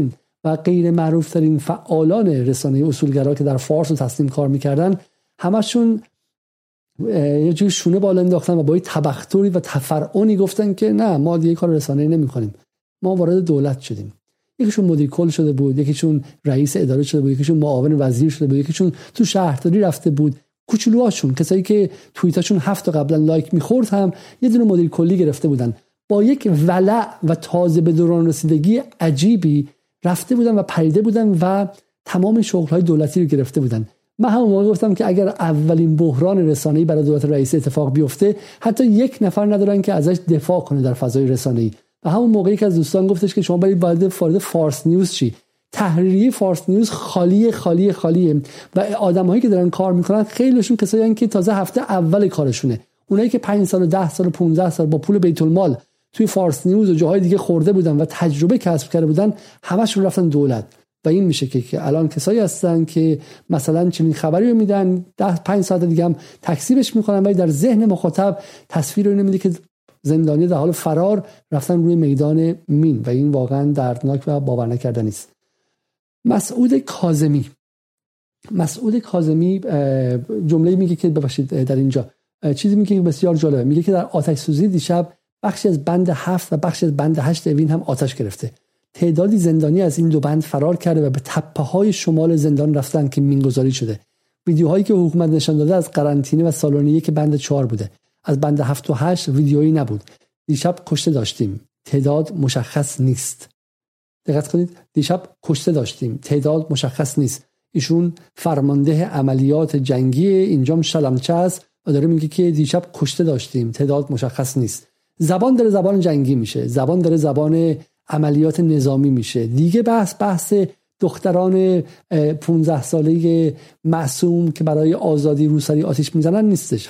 و غیر معروف ترین فعالان رسانه اصولگرا که در فارس و تسنیم کار میکردن، همشون یه جوری شونه بالا انداختن و با تبختری و تفرعنی گفتن که نه، ما دیگه کار رسانه‌ای نمی‌کنیم، ما وارد دولت شدیم. یکیشون مدیر کل شده بود، یکیشون رئیس اداره شده بود، یکیشون معاون وزیر شده بود، یکیشون تو شهرداری رفته بود. کوچولوهاشون، کسایی که توییتاشون 7 تا قبلا لایک می‌خورد، هم یه دونه مدیر کلی گرفته بودن. با یک ولع و تازه به دوران رسیدگی عجیبی رفته بودن و پریده بودن و تمام شغل‌های دولتی رو گرفته بودن. من همون موقع گفتم که اگر اولین بحران رسانه‌ای برای دولت رئیس اتفاق بیفته، حتی یک نفر ندارن که ازش دفاع کنه در فضای رسانه‌ای. و همون موقعی که از دوستان گفتش که شما برید وارد فارس نیوز چی، تحریریه فارس نیوز خالیه و آدمایی که دارن کار میکنن خیلیشون کسایی هستن که تازه هفته اول کارشونه. اونایی که 5 سال و 10 سال و 15 سال با پول بیت المال توی فارس نیوز و جاهای دیگه خورده بودن و تجربه کسب کرده بودن، همشون رفتن دولت. و این میشه که الان کسایی هستن که مثلا چنین خبری رو میدن، 5 ساعت دیگه هم تکذیبش میکنن، ولی در ذهن مخاطب تصویر رو نمیده که زندانی در حال فرار رفتن روی میدان مین و این واقعا دردناک و باور نکردنی است. مسعود کاظمی جمله میگه که ببخشید در اینجا چیزی میگه که بسیار جالبه. میگه که در آتش سوزی دیشب بخشی از بند 7 و بخشی از بند 8 اوین هم آتش گرفته. تعدادی زندانی از این دو بند فرار کرده و به تپه‌های شمال زندان رفتن که مینگذاری شده. ویدیوهایی که حکومت نشان داده از قرنطینه و سالن که بند 4 بوده. از بند 7 و 8 ویدیویی نبود. دیشب کشته داشتیم، تعداد مشخص نیست. دقت کنید، دیشب کشته داشتیم، تعداد مشخص نیست. ایشون فرمانده عملیات جنگی اینجام شلمچه است و داره میگه که دیشب کشته داشتیم، تعداد مشخص نیست. زبان داره زبان جنگی میشه، زبان داره زبان عملیات نظامی میشه. دیگه بحث دختران 15 ساله معصوم که برای آزادی روسری آتش میزنن نیستش.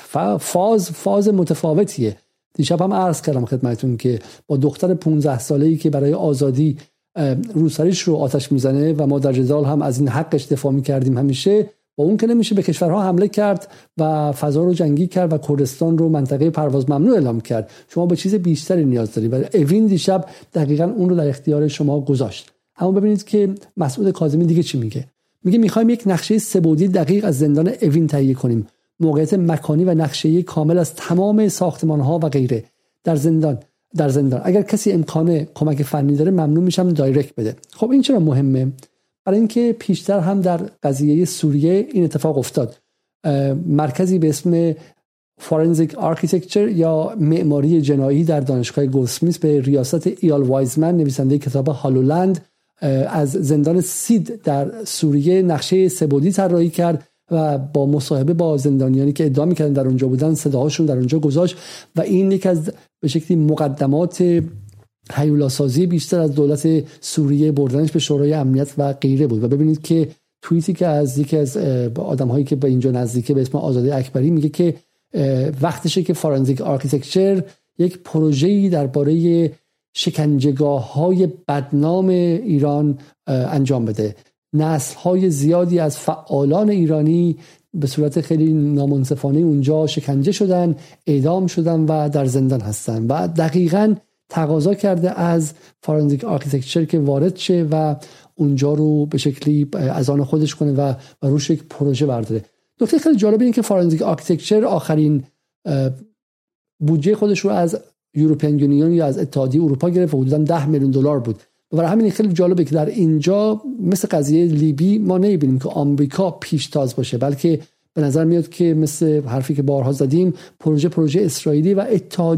فاز متفاوتیه. دیشب هم عرض کردم خدمتتون که با دختر 15 ساله‌ای که برای آزادی روسریش رو آتش میزنه و ما در جدال هم از این حقش دفاع میکردیم همیشه، با اون که نمیشه به کشورها حمله کرد و فضا رو جنگی کرد و کردستان رو منطقه پرواز ممنوع اعلام کرد. شما به چیز بیشتری نیاز دارید و اوین دیشب دقیقاً اون رو در اختیار شما گذاشت. اما ببینید که مسعود کاظمی دیگه چی میگه. میگه میخوایم یک نقشه سه‌بعدی دقیق از زندان اوین تهیه کنیم، موقعیت مکانی و نقشه‌ای کامل از تمام ساختمان‌ها و غیره. در زندان اگر کسی امکان کمک فنی داره ممنون میشم دایرکت بده. خب این چرا مهمه؟ برای اینکه پیشتر هم در قضیه سوریه این اتفاق افتاد. مرکزی به اسم فورنزیک آرکیتکچر یا معماری جنایی در دانشگاه گولدسمیث به ریاست ایال وایزمن، نویسنده کتاب هالولند، از زندان سید در سوریه نقشه سه‌بعدی طراحی کرد و با مصاحبه با زندانیانی که ادعا می‌کردن در اونجا بودن صداهاشون در اونجا گذاشت و این یک از به شکلی مقدمات هیولاسازی بیشتر از دولت سوریه بردنش به شورای امنیت و غیره بود. و ببینید که توییتی که از یکی از آدم‌هایی که به اینجا نزدیکه به اسم آزاده اکبری میگه که وقتشه که فورنزیک آرکیتکچر یک پروژه‌ای درباره شکنجهگاه‌های بدنام ایران انجام بده. نسل‌های زیادی از فعالان ایرانی به صورت خیلی نامنصفانه اونجا شکنجه شدن، اعدام شدن و در زندان هستن و دقیقاً تقاضا کرده از فورنزیک آرکیتکچر که وارد شه و اونجا رو به شکلی از آن خودش کنه و روش یک پروژه برداره. نکته خیلی جالب اینه که فورنزیک آرکیتکچر آخرین بودجه خودش رو از یوروپیان یونیون یا از اتحادیه اروپا گرفت و حدوداً 10 میلیون دلار بود. برای همین خیلی جالبه که در اینجا مثل قضیه لیبی ما نمی‌بینیم که آمریکا پیشتاز باشه، بلکه به نظر میاد که مثل حرفی که بارها زدیم پروژه اسرائیلی و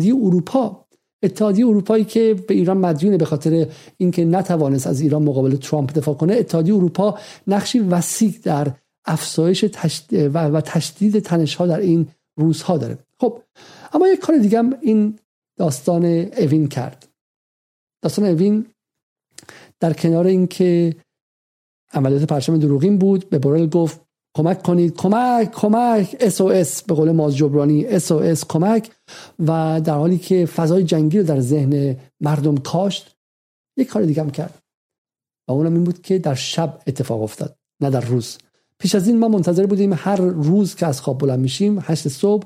اتحادیه اروپایی که به ایران مدیونه به خاطر اینکه نتوانست از ایران مقابل ترامپ دفاع کنه. اتحادیه اروپا نقشی وسیع در افزایش و تشدید تنش‌ها در این روزها داره. خب اما یک کار دیگه هم این داستان اوین کرد. داستان اوین در کنار اینکه عملیات پرچم دروغین بود، به بورل گفت کمک کنید، کمک SOS، به قول ماز جبرانی SOS کمک، و در حالی که فضای جنگی رو در ذهن مردم کاشت، یک کار دیگه هم کرد و اونم این بود که در شب اتفاق افتاد نه در روز. پیش از این ما منتظر بودیم هر روز که از خواب بلند میشیم 8 صبح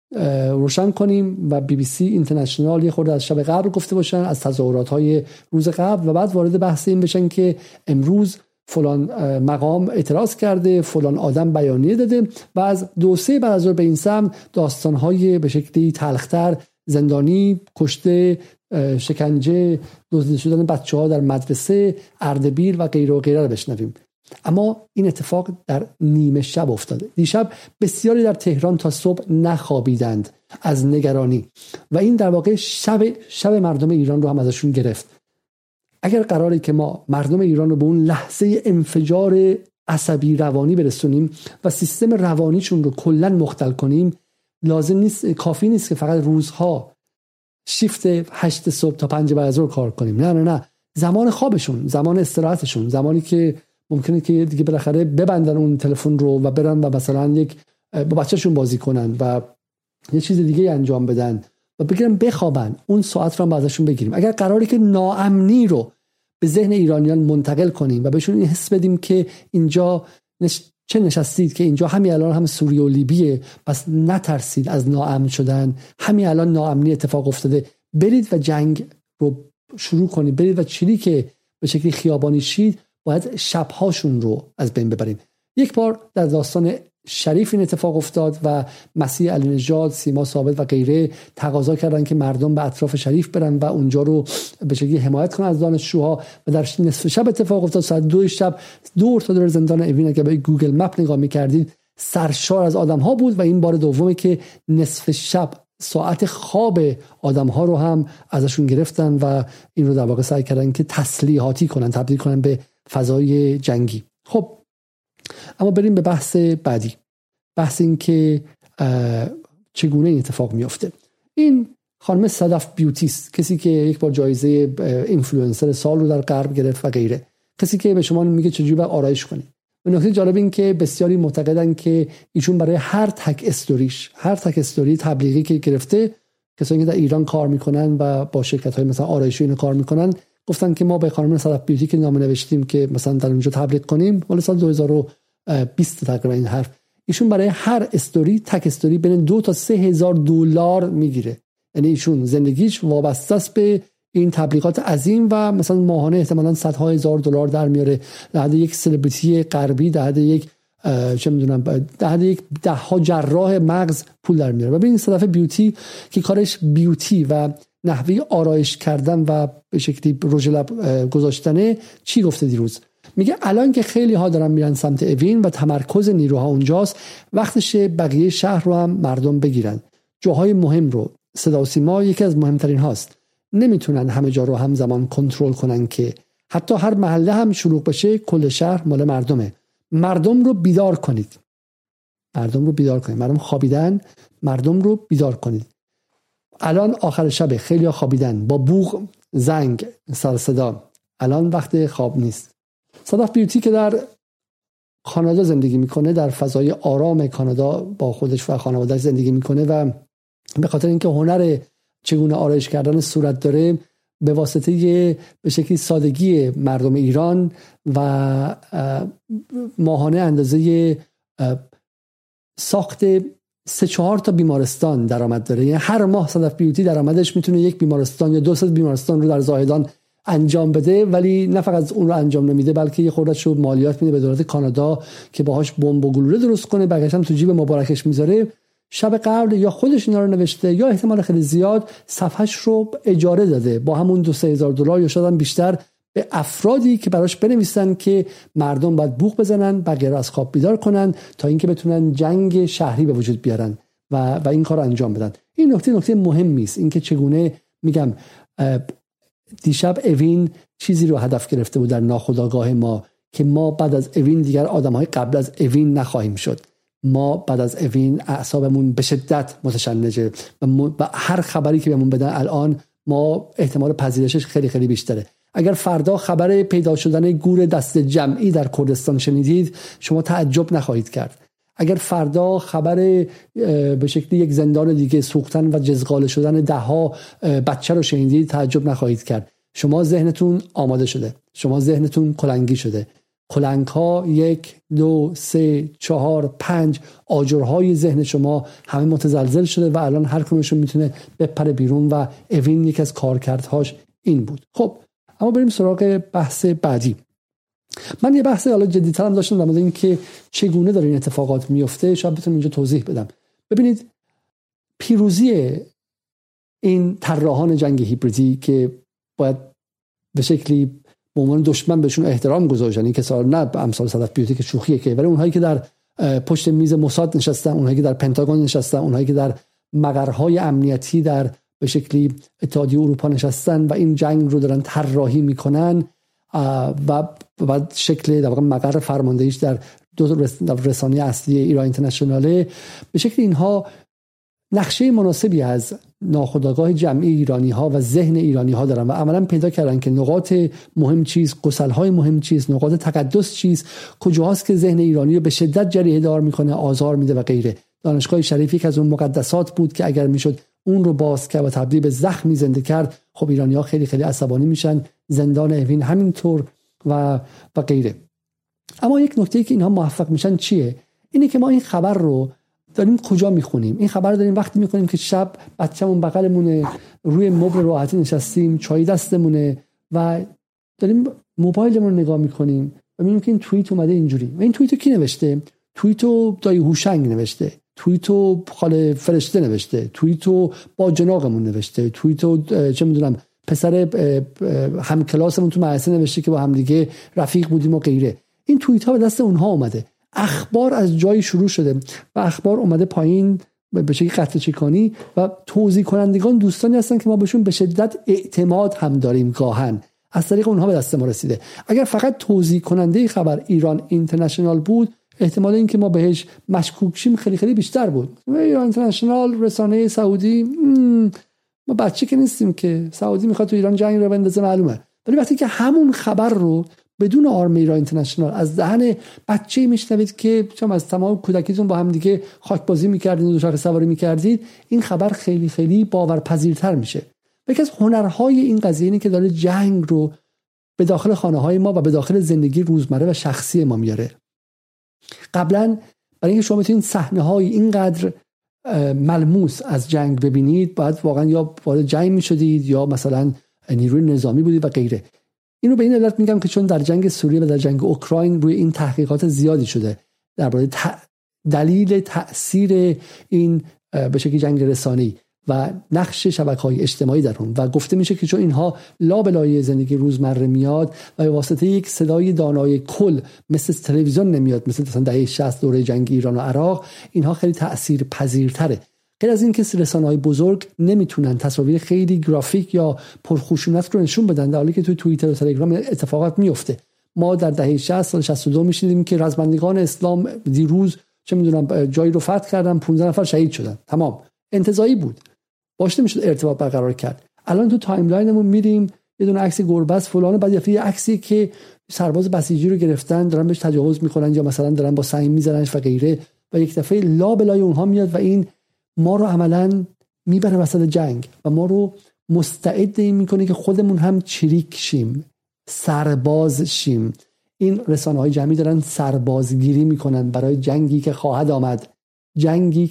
روشن کنیم و BBC اینترنشنال یه خورده از شب قبل گفته باشن، از تظاهرات‌های روز قبل، و بعد وارد بحث این بشن که امروز فلان مقام اعتراض کرده، فلان آدم بیانیه داده، و از 2-3 بعد از ظهر به این سم داستان‌های به شکلی تلخ‌تر، زندانی، کشته، شکنجه، دزدیده شدن بچه‌ها در مدرسه، اردبیل و غیره و غیره رو بشنویم. اما این اتفاق در نیمه شب افتاده. دیشب بسیاری در تهران تا صبح نخوابیدند از نگرانی و این در واقع شب مردم ایران رو هم ازشون گرفت. اگر قراره که ما مردم ایران رو به اون لحظه انفجار عصبی روانی برسونیم و سیستم روانیشون رو کلاً مختل کنیم، لازم نیست، کافی نیست که فقط روزها شیفت 8 صبح تا 5 بعد از ظهر کار کنیم. نه، زمان خوابشون، زمان استراحتشون، زمانی که ممکنه که دیگه بالاخره ببندن اون تلفن رو و برن و مثلا با بچه‌شون بازی کنن و یه چیز دیگه انجام بدن و بگیرن بخوابن، اون ساعت رو هم ازشون بگیریم. اگر قراره که ناامنی رو به ذهن ایرانیان منتقل کنیم و بهشون این حس بدیم که اینجا چه نشستید، که اینجا همین الان هم سوریه و لیبیه، پس نترسید از ناامن شدن، همین الان ناامنی اتفاق افتاده، برید و جنگ رو شروع کنید، برید و چریک به شکلی خیابانی شید، باید شبهاشون رو از بین ببریم. یک بار در داستان شریف این اتفاق افتاد و مسیح علی نژاد، سیما ثابت و غیره تقاضا کردن که مردم به اطراف شریف برن و اونجا رو به شکلی حمایت کنن از دانشجوها و در نصف شب اتفاق افتاد. ساعت 2 شب دور تا دور زندان اوین اگه به گوگل مپ نگاه می‌کردید سرشار از آدم‌ها بود و این بار دومه که نصف شب ساعت خواب آدم‌ها رو هم ازشون گرفتن و این رو در واقع سعی کردن که تسلیحاتی کنن، تبدیل کنن به فضای جنگی. خب اما بریم به بحث بعدی، بحث این که چگونه این اتفاق میفته. این خانم صدف بیوتیست، کسی که یک بار جایزه اینفلوئنسر سال رو در غرب گرفت و غیره، کسی که به شما میگه چجوری باید آرایش کنی. و نکته جالب این که بسیاری معتقدن که ایشون برای هر تک استوری تبلیغی که گرفته، کسایی که در ایران کار میکنن و با شرکت‌های مثلا آرایشی اینو کار میکنن، گفتن که ما به خانم صدف بیوتی که نامه نوشتیم که مثلا در اونجا تبلیغ کنیم، ولی سال 2020 تقریبا این حرف، ایشون برای هر استوری، تک استوری، بین 2 تا 3 هزار دلار میگیره. یعنی ایشون زندگیش وابسته است به این تبلیغات عظیم و مثلا ماهانه احتمالاً صدها هزار دلار در میاره، در حد یک سلبریتی غربی، در حد یک چه میدونم، در حد یک 10 جراح مغز پول در میاره. و ببین صدف بیوتی که کارش بیوتی و نحوه آرایش کردن و به شکلی رژ لب گذاشتنه، چی گفته دیروز؟ میگه الان که خیلی ها دارن میرن سمت اوین و تمرکز نیروها اونجاست، وقتشه بقیه شهر رو هم مردم بگیرن. جاهای مهم رو، صدا و سیما یکی از مهمترین هاست، نمیتونن همه جا رو همزمان کنترل کنن که حتی هر محله هم شلوغ بشه کل شهر مال مردمه. مردم رو بیدار کنید. مردم خوابیدن، مردم رو بیدار کنید. الان آخر شب، خیلی ها خوابیدن با بوق، زنگ، سر صدا، الان وقت خواب نیست. صدف بیوتی که در کانادا زندگی میکنه، در فضای آرام کانادا با خودش و خانواده‌اش زندگی میکنه و به خاطر اینکه هنر چگونه آرایش کردن صورت داره، به واسطه به شکلی سادگی مردم ایران و ماهانه اندازه ساخت 3-4 تا بیمارستان درآمد داره. یعنی هر ماه صدف بیوتی درآمدش میتونه 1 بیمارستان یا 2 بیمارستان رو در زاهدان انجام بده، ولی نه فقط اون رو انجام نمیده بلکه یه خورده شو مالیات میده به دولت کانادا که باهاش بمب و گلوله درست کنه، بقیه‌اش هم تو جیب مبارکش میذاره. شب قبل یا خودش اینا رو نوشته یا احتمال خیلی زیاد صفحش رو اجاره داده با همون 2-3 هزار دلار یا شاید هم بیشتر به افرادی که براش بنویسن که مردم باید بوق بزنن، بقیه رو از خواب بیدار کنن تا اینکه بتونن جنگ شهری به وجود بیارن و این کار رو انجام بدن. این نکته مهمی است، اینکه چگونه میگم دیشب اوین چیزی رو هدف گرفته بود در ناخودآگاه ما که ما بعد از اوین دیگر آدم‌های قبل از اوین نخواهیم شد. ما بعد از اوین اعصابمون به شدت متشنجه و هر خبری که بهمون بدن الان ما احتمال پذیرشش خیلی خیلی بیشتره. اگر فردا خبر پیدا شدن گور دست جمعی در کردستان شنیدید، شما تعجب نخواهید کرد. اگر فردا خبر به شکلی یک زندان دیگه سوختن و جزغاله شدن 10 بچه رو شنیدید، تعجب نخواهید کرد. شما ذهنتون آماده شده، شما ذهنتون کلنگی شده. کلنگ‌ها 1 2 3 4 5 آجرهای ذهن شما همه متزلزل شده و الان هر کدومشون میتونه بپره بیرون و اوین یک از کارکردهاش این بود. خب اما بریم سراغ بحث بعدی. من یه بحث حالا جدی‌تر هم داشتم در مورد اینکه چگونه داره این اتفاقات میفته، شاید بتونم اینجا توضیح بدم. ببینید پیروزی این طراحان جنگ هیبریدی که باید به شکلی به عنوان دشمن بهشون احترام گذاشتن، این کسا نه امثال صدف بیوتی که شوخیه که، ولی اونهایی که در پشت میز موساد نشستن، اونهایی که در پنتاگون نشستن، اونهایی که در مقرهای امنیتی در به شکلی اتحادیه اروپا نشستن و این جنگ رو دارن طراحی میکنن و شکل در واقع مقر فرماندهیش در دو رسانه اصلی ایران اینترنشناله، به شکل اینها نقشه مناسبی از ناخودآگاه جمعی ایرانی ها و ذهن ایرانی ها دارن و عملا پیدا کردن که نقاط مهم چیز، گسل‌های مهم چیز، نقاط تقدس چیز، کجاست که ذهن ایرانی رو به شدت جریحه دار میکنه، آزار میده و غیره. دانشگاه شریفی که از اون مقدسات بود که اگر میشد اون رو باز کرد و تبدیل به زخمی زنده کرد، خب ایرانی ها خیلی خیلی عصبانی میشن. زندان اوین همینطور و غیره. اما یک نکته ای که اینها موفق میشن چیه؟ اینه که ما این خبر رو داریم کجا میخونیم؟ این خبر رو داریم وقتی میخونیم که شب بچه‌مون بغلمونه، روی مبل راحتی نشستیم، چای دستمونه و داریم موبایلمون رو نگاه میکنیم و میبینیم که این توییت اومده اینجوری. و این توییتو کی نوشته؟ توییتو دایی هوشنگ نوشته، توییتو خاله فرشته نوشته، توییتو با جناقمون نوشته، توییتو چه میدونم پسر همکلاسمون تو مدرسه نوشته که با هم دیگه رفیق بودیم و غیره. این توییت ها به دست اونها اومده. اخبار از جایی شروع شده و اخبار اومده پایین به شکلی قطع چکانی و توزیع کنندگان دوستانی هستن که ما بهشون به شدت اعتماد هم داریم، گاهن از طریق اونها به دست ما رسیده. اگر فقط توزیع کننده خبر ایران اینترنشنال بود، احتمال این که ما بهش مشکوک شیم خیلی خیلی بیشتر بود. ایران اینترنشنال، رسانه سعودی، ما بچه که نیستیم که سعودی میخواد تو ایران جنگ رو بندازه معلومه. ولی وقتی که همون خبر رو بدون آرم ایران اینترنشنال از دهن بچه‌ای میشنوید که شما از تمام کودکیتون با هم دیگه خاک بازی میکردید و دوچرخه سواری میکردید، این خبر خیلی خیلی باورپذیرتر میشه. یکی از هنرهای این قضیه اینه که داره جنگ رو به داخل خانه‌های ما و به داخل زندگی روزمره و شخصی ما میاره. قبلا برای اینکه شما بتونید صحنه‌های اینقدر ملموس از جنگ ببینید، باید واقعا یا وارد جنگ میشدید یا مثلا نیروی نظامی بودید و غیره. اینو به این علت میگم که چون در جنگ سوریه و در جنگ اوکراین روی این تحقیقات زیادی شده درباره دلیل تأثیر این به شکلی جنگ رسانه‌ای و نقش شبکه‌های اجتماعی در اون، و گفته میشه که چون اینها لابلای زندگی روزمره میاد و به واسطه یک صدای دانای کل مثل تلویزیون نمیاد، مثل دهه 60 دوره جنگ ایران و عراق، اینها خیلی تأثیر پذیرتره. غیر از این که رسانه‌های بزرگ نمیتونن تصاویر خیلی گرافیک یا پرخشونت رو نشون بدن، در حالی که توی توییتر و تلگرام اتفاقات میفته. ما در دهه 60 سال 62 میشیدیم که رزمندگان اسلام دیروز چه میدونم جایی رو فتح کردن، 15 نفر شهید شدن، تمام انتزاعی بود، باشه نمیشد ارتباط برقرار کرد. الان تو تایملاینمون میریم یه دونه عکس گربه فلان، بعد یه عکسی که سرباز بسیجی رو گرفتن دارن بهش تجاوز میکنن یا مثلا دارن با سنگ میزننش و غیره، و یک دفعه لابلای اونها میاد و این ما رو عملاً میبره وسط جنگ و ما رو مستعد این میکنه که خودمون هم چریک شیم، سرباز شیم. این رسانه‌های جمعی دارن سربازگیری میکنن برای جنگی که خواهد آمد، جنگی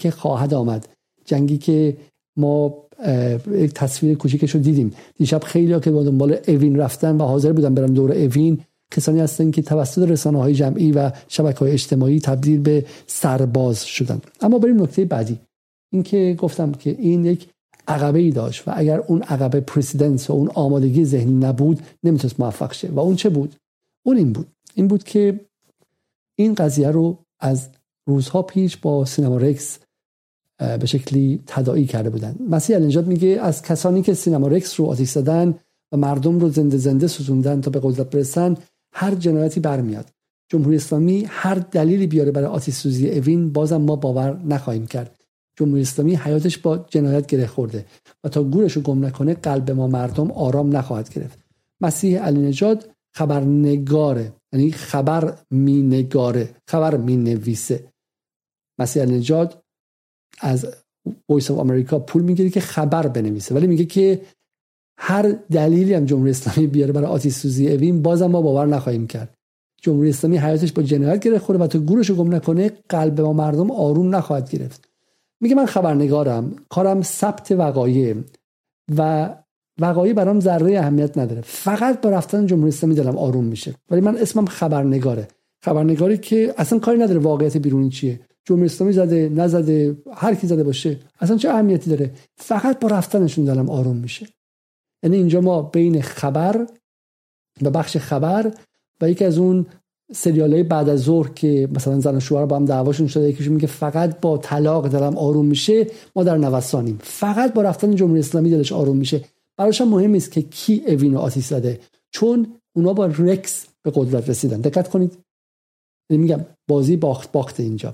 که ما یک تصویر کوچیکش رو دیدیم دیشب. خیلی‌ها که با دنبال اوین رفتن و حاضر بودن برن دور اوین، کسانی هستن که توسط رسانه‌های جمعی و شبکه‌های اجتماعی تبدیل به سرباز شدن. اما بریم نکته بعدی. این که گفتم که این یک عقبه‌ای داشت و اگر اون عقبه پرسیدنس و اون آمادگی ذهنی نبود نمیتونست موفق شه. و اون چه بود؟ اون این بود که این قضیه رو از روزها پیش با سینما رکس به شکلی تداعی کرده بودن. مسیح النجات میگه از کسانی که سینما رکس رو آتش زدن و مردم رو زنده سوزوندن تا به قدرت برسن هر جنایتی برمیاد. جمهوری اسلامی هر دلیلی بیاره برای آتش سوزی اوین بازم ما باور نخواهیم کرد. جمهوری اسلامی حیاتش با جنایت گره خورده و تا گورش رو گم نکنه قلب ما مردم آرام نخواهد گرفت. مسیح النجات خبرنگاره، یعنی خبر می نویسه. مسیح النجات از وایس آف امریکا پول میگیره که خبر بنویسه، ولی میگه که هر دلیلی هم جمهوری اسلامی بیاره برای آتش سوزی اوین بازم ما باور نخواهیم کرد. جمهوری اسلامی حیاتش با جنایت گره خوره و تا گورش رو گم نکنه قلب ما مردم آروم نخواهد گرفت. میگه من خبرنگارم، کارم ثبت وقایع و وقایع برام ذره اهمیت نداره، فقط با رفتن جمهوری اسلامی دلم آروم میشه. ولی من اسمم خبرنگاره، خبرنگاری که اصلا کاری نداره واقعیت بیرونی چیه، جمهوری اسلامی زده نزده هر کی زده باشه اصلا چه اهمیتی داره، فقط با رفتنشون دلم آروم میشه. یعنی اینجا ما بین خبر و بخش خبر و یکی از اون سریال‌های بعد از ظهر که مثلا زن و شوهر با هم دعواشون شده، یکیشون میگه فقط با طلاق دلم آروم میشه، ما در نوسانیم، فقط با رفتن جمهوری اسلامی دلش آروم میشه. براش مهم نیست که کی اوینو آتیش زده، چون اونا با رکس به قدرت رسیدن. دقت کنید، میگم بازی باخته اینجا.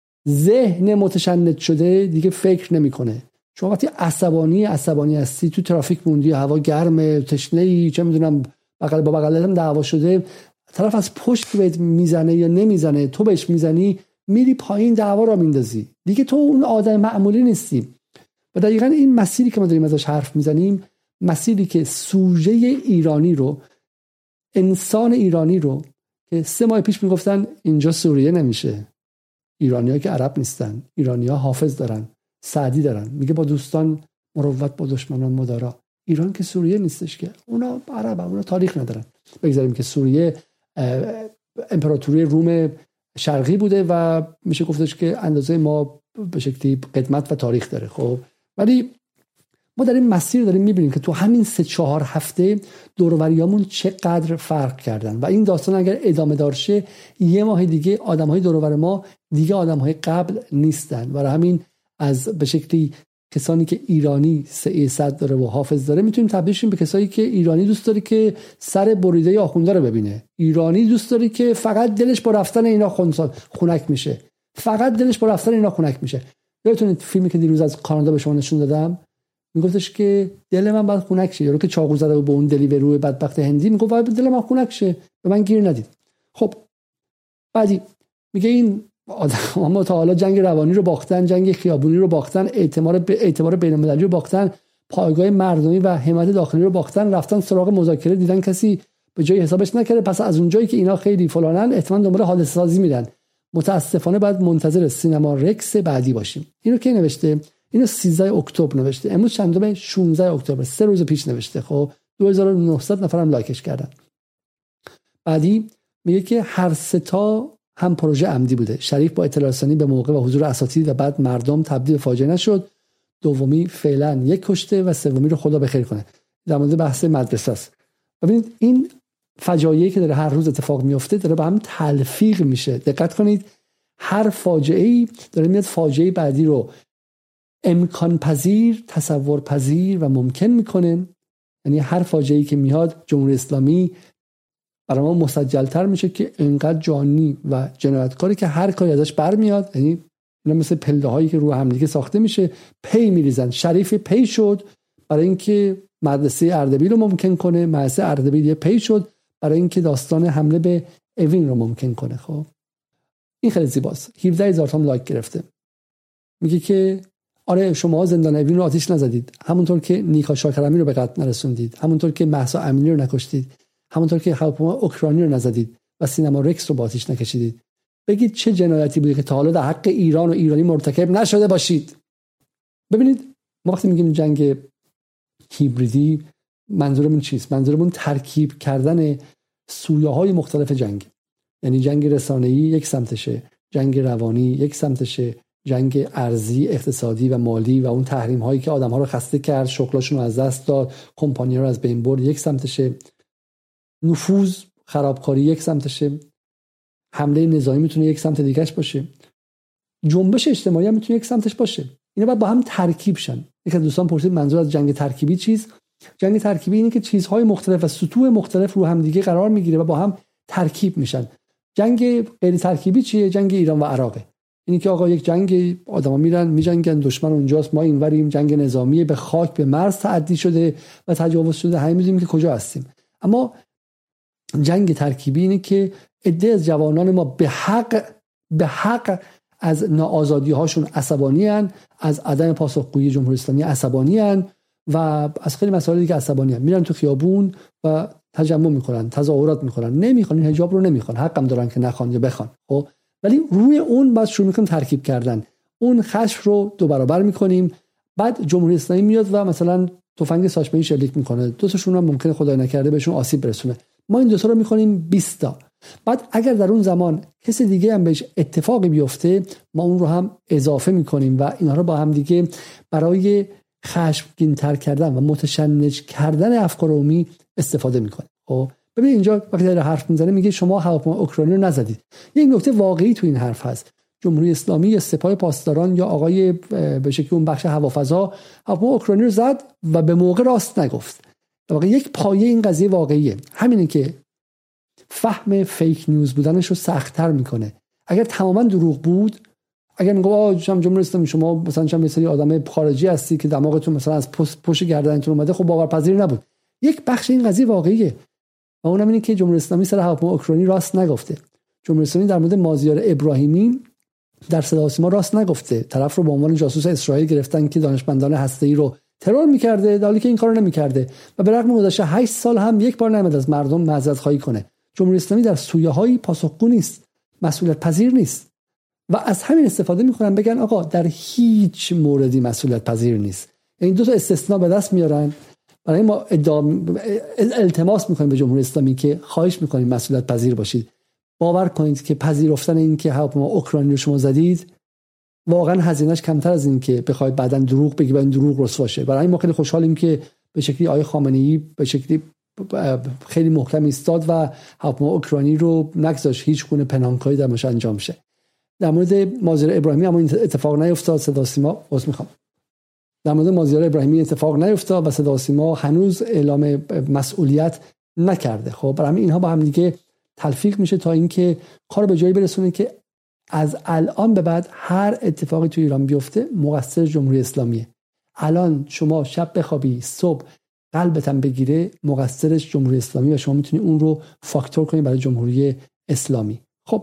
ذهن متشنج شده دیگه فکر نمیکنه. شما وقتی عصبانی هستی، تو ترافیک موندی، هوا گرمه، تشنه‌ای، چه میدونم بغل با بغل هم دعوا شده، طرف از پشت بهت میزنه یا نمیزنه، تو بهش میزنی، میری پایین دعوا را میندازی، دیگه تو اون آدم معمولی نیستی. و دقیقاً این مسیری که ما داریم ازش حرف میزنیم، مسیری که سوژه ایرانی رو، انسان ایرانی رو که 3 ماه پیش میگفتن اینجا سوریه نمیشه، ایرانی‌ها که عرب نیستن، ایرانی‌ها حافظ دارن، سعدی دارن، میگه با دوستان مروت با دشمنان مدارا. ایران که سوریه نیستش که، اونا عربن، اونا تاریخ ندارن. بگذاریم که سوریه امپراتوری روم شرقی بوده و میشه گفتش که اندازه ما به شکلی قدمت و تاریخ داره. خب ولی ما در این مسیر داریم میبینیم که تو همین 3-4 هفته دور و بریامون چقدر فرق کردن و این داستان اگر ادامه دار شه، 1 ماه دیگه آدم‌های دور و بر ما دیگه آدم‌های قبل نیستن. برای همین از به شکلی کسانی که ایرانی سعی داره و حافظ داره میتونیم تبدیل شیم به کسایی که ایرانی دوست داره که سر بریده آخونده رو ببینه، ایرانی دوست داره که فقط دلش با رفتن اینا خنک میشه، فقط دلش با رفتن اینا خنک میشه. یادتونه فیلمی که دیروز از کانادا به شما نشون دادم، میگفتش که دل من باید خنک شه، یارو که چاقو زده به اون دلیورو بدبخت هندی میگه باید دل من خنک شه، به من گیر ندید. خب بعدی میگه این آدم تا حالا جنگ روانی رو باختن، جنگ خیابونی رو باختن، اعتبار بین‌المللی رو باختن، پایگاه مردمی و حمایت داخلی رو باختن، رفتن سراغ مذاکره، دیدن کسی به جای حسابش نکرده، پس از اونجایی که اینا خیلی فلانن احتمال دنبال حادثه سازی میرن. متاسفانه باید منتظر سینما رکس بعدی باشیم. اینو کی نوشته؟ اینو 13 اکتبر نوشته. امروز چندم؟ 16 اکتبر، 3 روز پیش نوشته. خب 2900 نفرم لایکش کردن. بعدی میگه که هر سه تا هم پروژه عمدی بوده. شریف با اطلاع رسانی به موقع و حضور اساتید و بعد مردم تبدیل به فاجعه نشد. دومی فعلا 1 کشته و سومی رو خدا بخیر کنه. در مورد بحث مدرسه است. ببینید این فجایعی که داره هر روز اتفاق میفته داره با هم تلفیق میشه. دقت کنید، هر فاجعه‌ای داره میاد فاجعه بعدی رو امکان پذیر، تصور پذیر و ممکن میکنه. یعنی هر فاجعه‌ای که میاد جمهوری اسلامی برای ما مسجل‌تر میشه که اینقدر جانی و جنایتکاری که هر کاری ازش برمیاد، یعنی اینا مثل پله‌هایی که رو هم دیگه ساخته میشه، پی میریزن. شریف پی شد برای اینکه مدرسه اردبیل رو ممکن کنه، مدرسه اردبیل یه پی شد برای اینکه داستان حمله به اوین رو ممکن کنه. خب این خیلی زیباست. 17000 تا لایک گرفته. میگه که آره شما زندان اوین رو آتیش نزدید، همونطور که نیکا شاکرمی رو به قتل نرسوندید، همونطور که مهسا امینی رو نکشتید، همونطور که هواپیما اوکراینی رو نزدید و سینما رکس رو با آتیش نکشیدید. بگید چه جنایتی بوده که تا حالا در حق ایران و ایرانی مرتکب نشده باشید. ببینید ما وقتی میگیم جنگ هیبریدی منظورمون چیست؟ منظورمون ترکیب کردن سویه‌های مختلف جنگ. یعنی جنگ رسانه‌ای یک سمتشه، جنگ روانی یک سمتشه، جنگ ارزی، اقتصادی و مالی و اون تحریم هایی که آدم ها رو خسته کرد، شغلاشون رو از دست داد، کمپانی ها رو از بین برد یک سمتشه، نفوذ، خرابکاری یک سمتشه، حمله نظامی میتونه یک سمت دیگهش باشه، جنبش اجتماعی هم میتونه یک سمتش باشه. اینا باید با هم ترکیب شن. یک از دوستان پرسید منظور از جنگ ترکیبی چیست؟ جنگ ترکیبی اینه که چیزهای مختلف و سطوح مختلف رو هم دیگه قرار میگیره و با هم ترکیب میشن. جنگ غیر ترکیبی چیه؟ جنگ ایران و عراقه. اینی که آقا یک جنگ آدما میرن میجنگن، دشمن اونجاست، ما اینوریم، جنگ نظامی به خاک به مرز تعدی شده و تجاوز شده، همه میدونیم که کجا هستیم. اما جنگ ترکیبی اینه که عده از جوانان ما به حق از ناآزادی هاشون عصبانی هن، از عدم پاسخگویی جمهوری اسلامی عصبانی هن و از خیلی مسائل دیگه عصبانی هن. میرن تو خیابون و تجمع میکنن، تظاهرات میکنن، نمیخوان این حجاب رو، نمیخوان، حقم دارن که نخوان یا بخوان. خب ولی روی اون بعد شروع میکنیم ترکیب کردن، اون خشم رو دو برابر میکنیم. بعد جمهوری اسلامی میاد و مثلا تفنگ ساچمه‌ای شلیک میکنه، دو تاشون هم ممکنه خدای نکرده بهشون آسیب برسونه. ما این دو تا رو میکنیم 20 تا. بعد اگر در اون زمان کسی دیگه هم بهش اتفاقی بیفته، ما اون رو هم اضافه میکنیم و اینها رو با هم دیگه برای خشمگین‌تر کردن و متشنج کردن افکار عمومی استفاده میکنیم. خب ببین اینجا وقتی داره حرف میزنه میگه شما هواپیما اوکراینی رو نزدید. یک نکته واقعی تو این حرف هست. جمهوری اسلامی یا سپاه پاسداران یا آقای به شکلی اون بخش هوافضا هواپیما اوکراینی رو زد و به موقع راست نگفت. در واقع یک پایه این قضیه واقعیه. همینه که فهم فیک نیوز بودنش رو سخت‌تر میکنه. اگر تماما دروغ بود، اگر میگه جمهوری اسلامی شما مثلا چند سری آدم خارجی هستی که دماغتون مثلا از پشت گردنتون اومده، خب باورپذیر نبود. یک بخش این قضیه واقعیه و اونم اینه که جمهوری اسلامی سر هواپیما اوکراینی راست نگفته. جمهوری اسلامی در مورد مازیار ابراهیمی در صدا و سیما راست نگفته. طرف رو به عنوان جاسوس اسرائیل گرفتن که دانشمندان هسته‌ای رو ترور می‌کرده، در حالی که این کارو نمی‌کرده و به رغم گذشته 8 سال هم یک بار نمیاد از مردم معذرت خواهی کنه. جمهوری اسلامی در سویه‌های پاسخگو نیست، مسئولیت پذیر نیست و از همین استفاده می‌کنن بگن آقا در هیچ موردی مسئولیت پذیر نیست. این دو تا استثناء به دست میارن. برای ما التماس می‌کنیم به جمهوری اسلامی که خواهش می‌کنیم مسئولیت پذیر باشید. باور کنید که پذیرفتن این که هواپیما اوکراینی رو شما زدید واقعا هزینه‌اش کمتر از این که بخواید بعداً دروغ بگی و این دروغ رسوا شه. برای ما خیلی خوشحالیم که به شکلی آقای خامنه‌ای به شکلی خیلی محکم ایستاد و هواپیما اوکراینی رو نگذاشت هیچ گونه پنهانکاری درش انجام شه. در مورد مازیار ابراهیمی اما این اتفاق نیفتاد. صدا سیما در مورد مازیار ابراهیمی اتفاق نیفتاد و صدا سیما هنوز اعلام مسئولیت نکرده. خب برای اینها با هم دیگه تلفیق میشه تا اینکه کار به جایی برسونه که از الان به بعد هر اتفاقی تو ایران بیفته مقصر جمهوری اسلامیه. الان شما شب بخوابی صبح قلبت هم بگیره مقصرش جمهوری اسلامی و شما میتونی اون رو فاکتور کنی برای جمهوری اسلامی. خب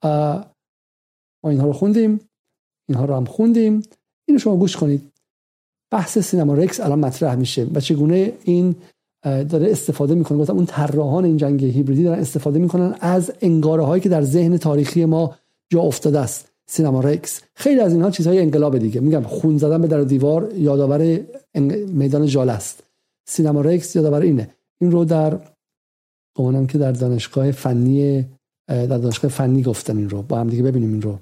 ما اینها رو خوندیم، اینها رو هم خوندیم. اینو شما گوش کنید. بحث سینما رکس الان مطرح میشه و چگونه این داره استفاده میکنه. گفتم اون طراحان این جنگ هیبریدی دارن استفاده میکنن از انگاره هایی که در ذهن تاریخی ما جا افتاده است. سینما رکس خیلی از اینها چیزهای انقلاب دیگه. میگم خون زدن به در و دیوار یادآور میدان ژاله است. سینما رکس یادآور اینه. این رو در گمانم که در دانشگاه فنی گفتن. این رو با هم دیگه ببینیم. این رو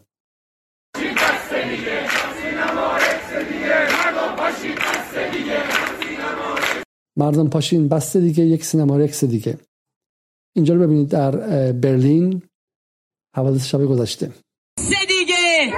مردم پاشین بسته دیگه، یک سینما رکس دیگه. اینجا رو ببینید در برلین حوادث شب گذشته. بسته دیگه،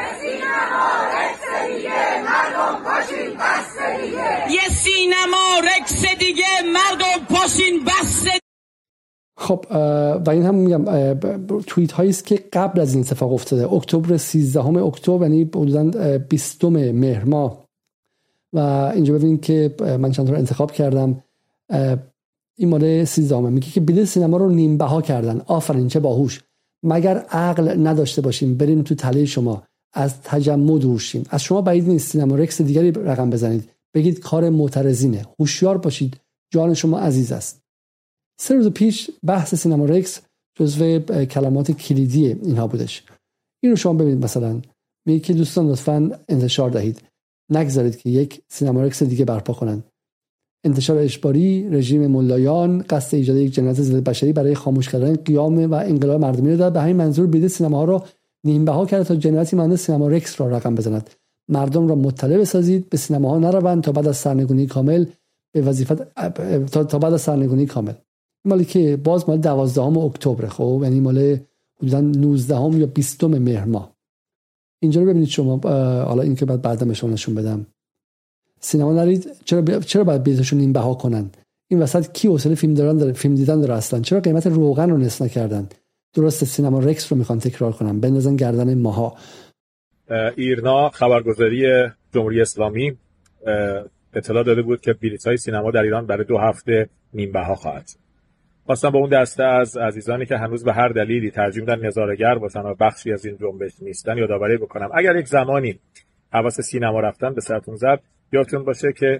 یه سینما رکس دیگه، مردم پاشین بسته. خب و این هم میگم توییت هایی است که قبل از این اتفاق افتاده. اکتبر 13 اکتبر، یعنی حدوداً 20 مهر ماه. و اینجا ببینید که من چند تا رو انتخاب کردم. این مال 13 میگه که بلیط سینما رو نیم بها کردن. آفرین، چه باهوش. مگر عقل نداشته باشیم بریم تو تله شما، از تجمع دور شیم. از شما بعید نیست سینما رکس دیگری رقم بزنید، بگید کار معترضینه. هوشیار باشید، جان شما عزیز است. 3 روز پیش بحث سینما رکس جزو کلمات کلیدی اینها بودش. اینو شما ببینید. مثلا میگه که دوستان لطفاً انتشار دهید، نگذارید که یک سینما رکس دیگه برپا کنن. انتشار اجباری، رژیم ملایان قصد ایجاد یک جنایت ضد بشری برای خاموش کردن قیام و انقلاب مردمی رو داد. به همین منظور بلیط سینماها رو نیم بها کرد تا جنایتی مانند سینما رکس را رقم بزند. مردم را مطلع بسازید، به سینماها نروند تا بعد از سرنگونی کامل به وظیفت تا بعد از سرنگونی کامل. مالی که باز مال 12 اکتبر، خب یعنی مال حدوداً 19 یا 20 مهر ماه. اینجا رو ببینید شما. حالا این که بعدا به شما نشون بدم. سینما نرید. چرا باید بلیطشون نیم بها کنن؟ این وسط کی حوصله فیلم دیدن داره اصلا؟ چرا قیمت روغن رو نصف نکردن؟ درسته سینما رکس رو میخوان تکرار کنن، بندازن گردن ماها. ایرنا خبرگزاری جمهوری اسلامی اطلاع داده بود که بلیط‌های سینما در ایران برای 2 هفته نیم بها خواهد. خواستم با اون دسته از عزیزانی که هنوز به هر دلیلی ترجیح میدن نظاره‌گر باشن و بخشی از این جنبش نیستن یادآوری بکنم. اگر یک زمانی حواس سینما رفتن به سرتون زد، یادتون باشه که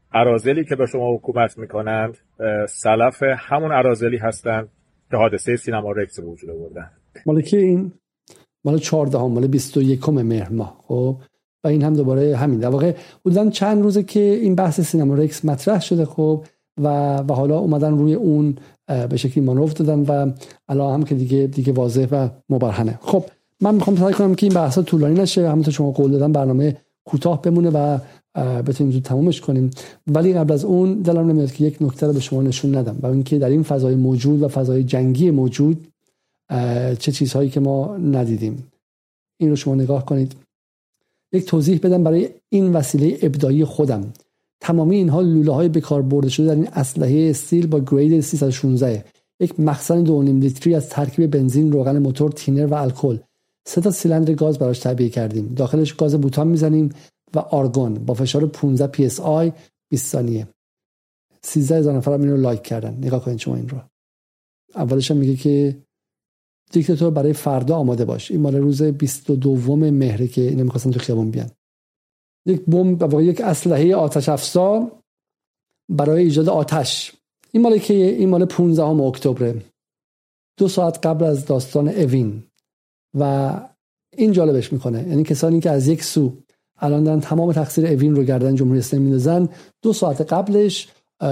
اراذلی که به شما حکومت میکنند سلف همون اراذلی هستند که حادثه سینما رکس رو وجود آوردن. مال که این مال 14 مال 21 مهر ماه. خب و این هم دوباره همین در واقع حدوداً چند روزه که این بحث سینما رکس مطرح شده. خب و حالا اومدن روی اون به شکلی مانور دادن و الان هم که دیگه واضح و مبرهنه. خب من میخوام سعی کنم که این بحثا طولانی نشه، همونطور شما قول دادن برنامه کوتاه بمونه و بتونیم زود تمومش کنیم، ولی قبل از اون دلم نمیاد که یک نکته رو به شما نشون ندم و اینکه در این فضای موجود و فضای جنگی موجود چه چیزهایی که ما ندیدیم. این رو شما نگاه کنید. یک توضیح بدم برای این وسیله ابداعی خودم. تمامی اینها لوله‌های به کار برده شده در این اسلحه استیل با گرید 316، یک مخزن 2.5 لیتری از ترکیب بنزین، روغن موتور، تینر و الکل. 3 تا سیلندر گاز براش تعبیه کردیم. داخلش گاز بوتان میزنیم و آرگون با فشار 15 PSI 20 ثانیه. 13000 نفر هم این رو لایک کردن. نگاه کنید شما این رو. اولش هم میگه که دیکتاتور برای فردا آماده باش. این مال روز 22 مهر که اینا می‌خواستن تو خیابون بیان. یک بمب و یک اسلحه آتش افزا برای ایجاد آتش. این مال 15 اکتبر، 2 ساعت قبل از داستان اوین. و این جالبش میکنه، یعنی کسانی که از یک سو الان دارن تمام تقصیر اوین رو گردن جمهوری اسلامی میندازن، 2 ساعت قبلش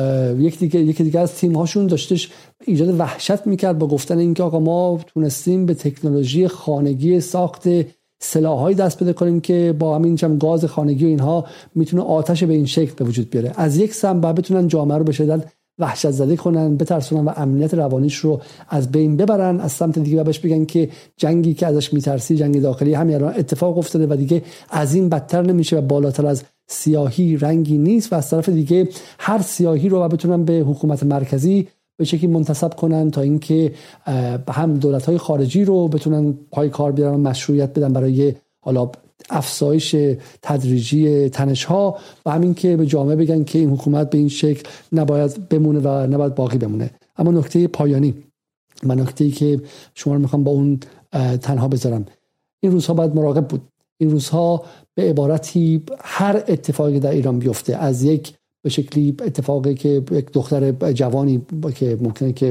یکی دیگه از تیم هاشون داشتش ایجاد وحشت میکرد با گفتن اینکه آقا ما تونستیم به تکنولوژی خانگی ساخت سلاح‌های دست پیدا کنیم که با همین گاز خانگی و اینها میتونه آتش به این شکل به وجود بیاره. از یک سمت بعد بتونن جامعه رو به شدت وحشت زده کنن، بترسونن و امنیت روانیش رو از بین ببرن. از سمت دیگه بهش بگن که جنگی که ازش میترسی جنگ داخلی همین الان اتفاق افتاده و دیگه از این بدتر نمیشه و بالاتر از سیاهی رنگی نیست. و از طرف دیگه هر سیاهی رو بتونن به حکومت مرکزی به شکلی منتسب کنن تا اینکه هم دولت‌های خارجی رو بتونن پای کار بیارن و مشروعیت بدن برای حالا افزایش تدریجی تنش‌ها و همین که به جامعه بگن که این حکومت به این شکل نباید بمونه و نباید باقی بمونه. اما نکته پایانی و نکته‌ای که شما رو میخوام با اون تنها بذارم، این روزها باید مراقب بود. این روزها به عبارتی هر اتفاقی در ایران بیفته، از یک به شکلی اتفاقی که یک دختر جوانی که ممکنه که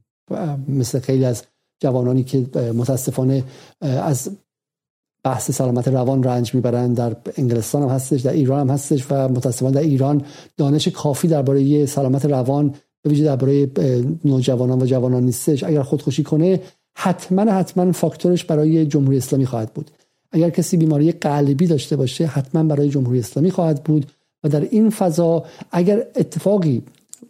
مثل خیلی از جوانانی که متاسفانه از بحث سلامت روان رنج میبرن، در انگلستان هم هستش، در ایران هم هستش و متاسفانه در ایران دانش کافی درباره سلامت روان به ویژه درباره نوجوانان و جوانان نیستش. اگر خودکشی کنه حتما فاکتورش برای جمهوری اسلامی خواهد بود. اگر کسی بیماری قلبی داشته باشه حتما برای جمهوری اسلامی خواهد بود. و در این فضا اگر اتفاقی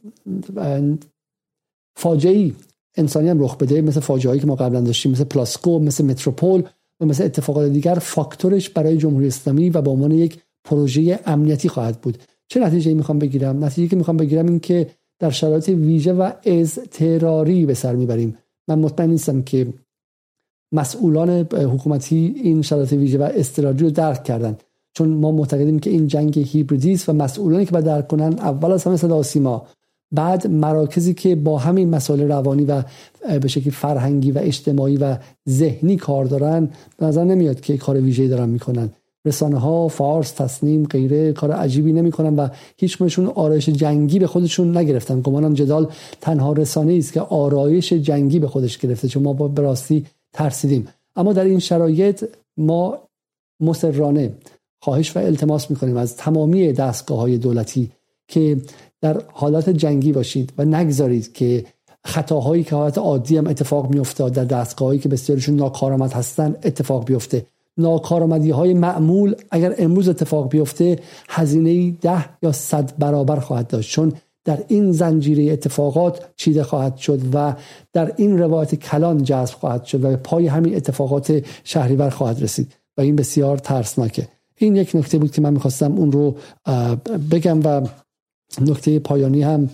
فاجعه‌ای انسانی هم رخ بده، مثل فاجعه‌ای که ما قبلا داشتیم، مثل پلاسکو، مثل متروپول و مثل اتفاقات دیگر، فاکتورش برای جمهوری اسلامی و به عنوان یک پروژه امنیتی خواهد بود. چه نتیجه‌ای میخوام بگیرم؟ نتیجه‌ای که میخوام بگیرم این که در شرایط ویژه و اضطراری به سر میبریم. من مطمئن نیستم که مسئولان حکومتی این شرایط ویژه و اضطراری رو درک کردن، چون ما معتقدیم که این جنگ هیبریدی است و مسئولانی که باید درک کنن اول از همه صدا و سیما، بعد مراکزی که با همین مسائل روانی و به شکلی فرهنگی و اجتماعی و ذهنی کار دارن. به نظر نمیاد که کار ویژه‌ای دارن میکنن. رسانه ها، فارس، تصنیم، غیره کار عجیبی نمیکنن و هیچ کدومشون آرایش جنگی به خودشون نگرفتن. گمانم جدال تنها رسانه‌ای است که آرایش جنگی به خودش گرفته، چون ما به راستی ترسیدیم. اما در این شرایط ما مصرانه خواهش و التماس میکنیم از تمامی دستگاه‌های دولتی که در حالات جنگی باشید و نگذارید که خطاهایی که حالت عادی هم اتفاق میفته در دستگاهایی که بسیارشون ناکارآمد هستن اتفاق بیفته. ناکارآمدی‌های معمول اگر امروز اتفاق بیفته هزینه‌ای 10 یا 100 برابر خواهد داشت، چون در این زنجیره اتفاقات چیده خواهد شد و در این روایت کلان جذب خواهد شد و به پای همین اتفاقات شهریور خواهد رسید و این بسیار ترسناکه. این یک نکته بود که من می‌خواستم اون رو بگم. و نکته پایانی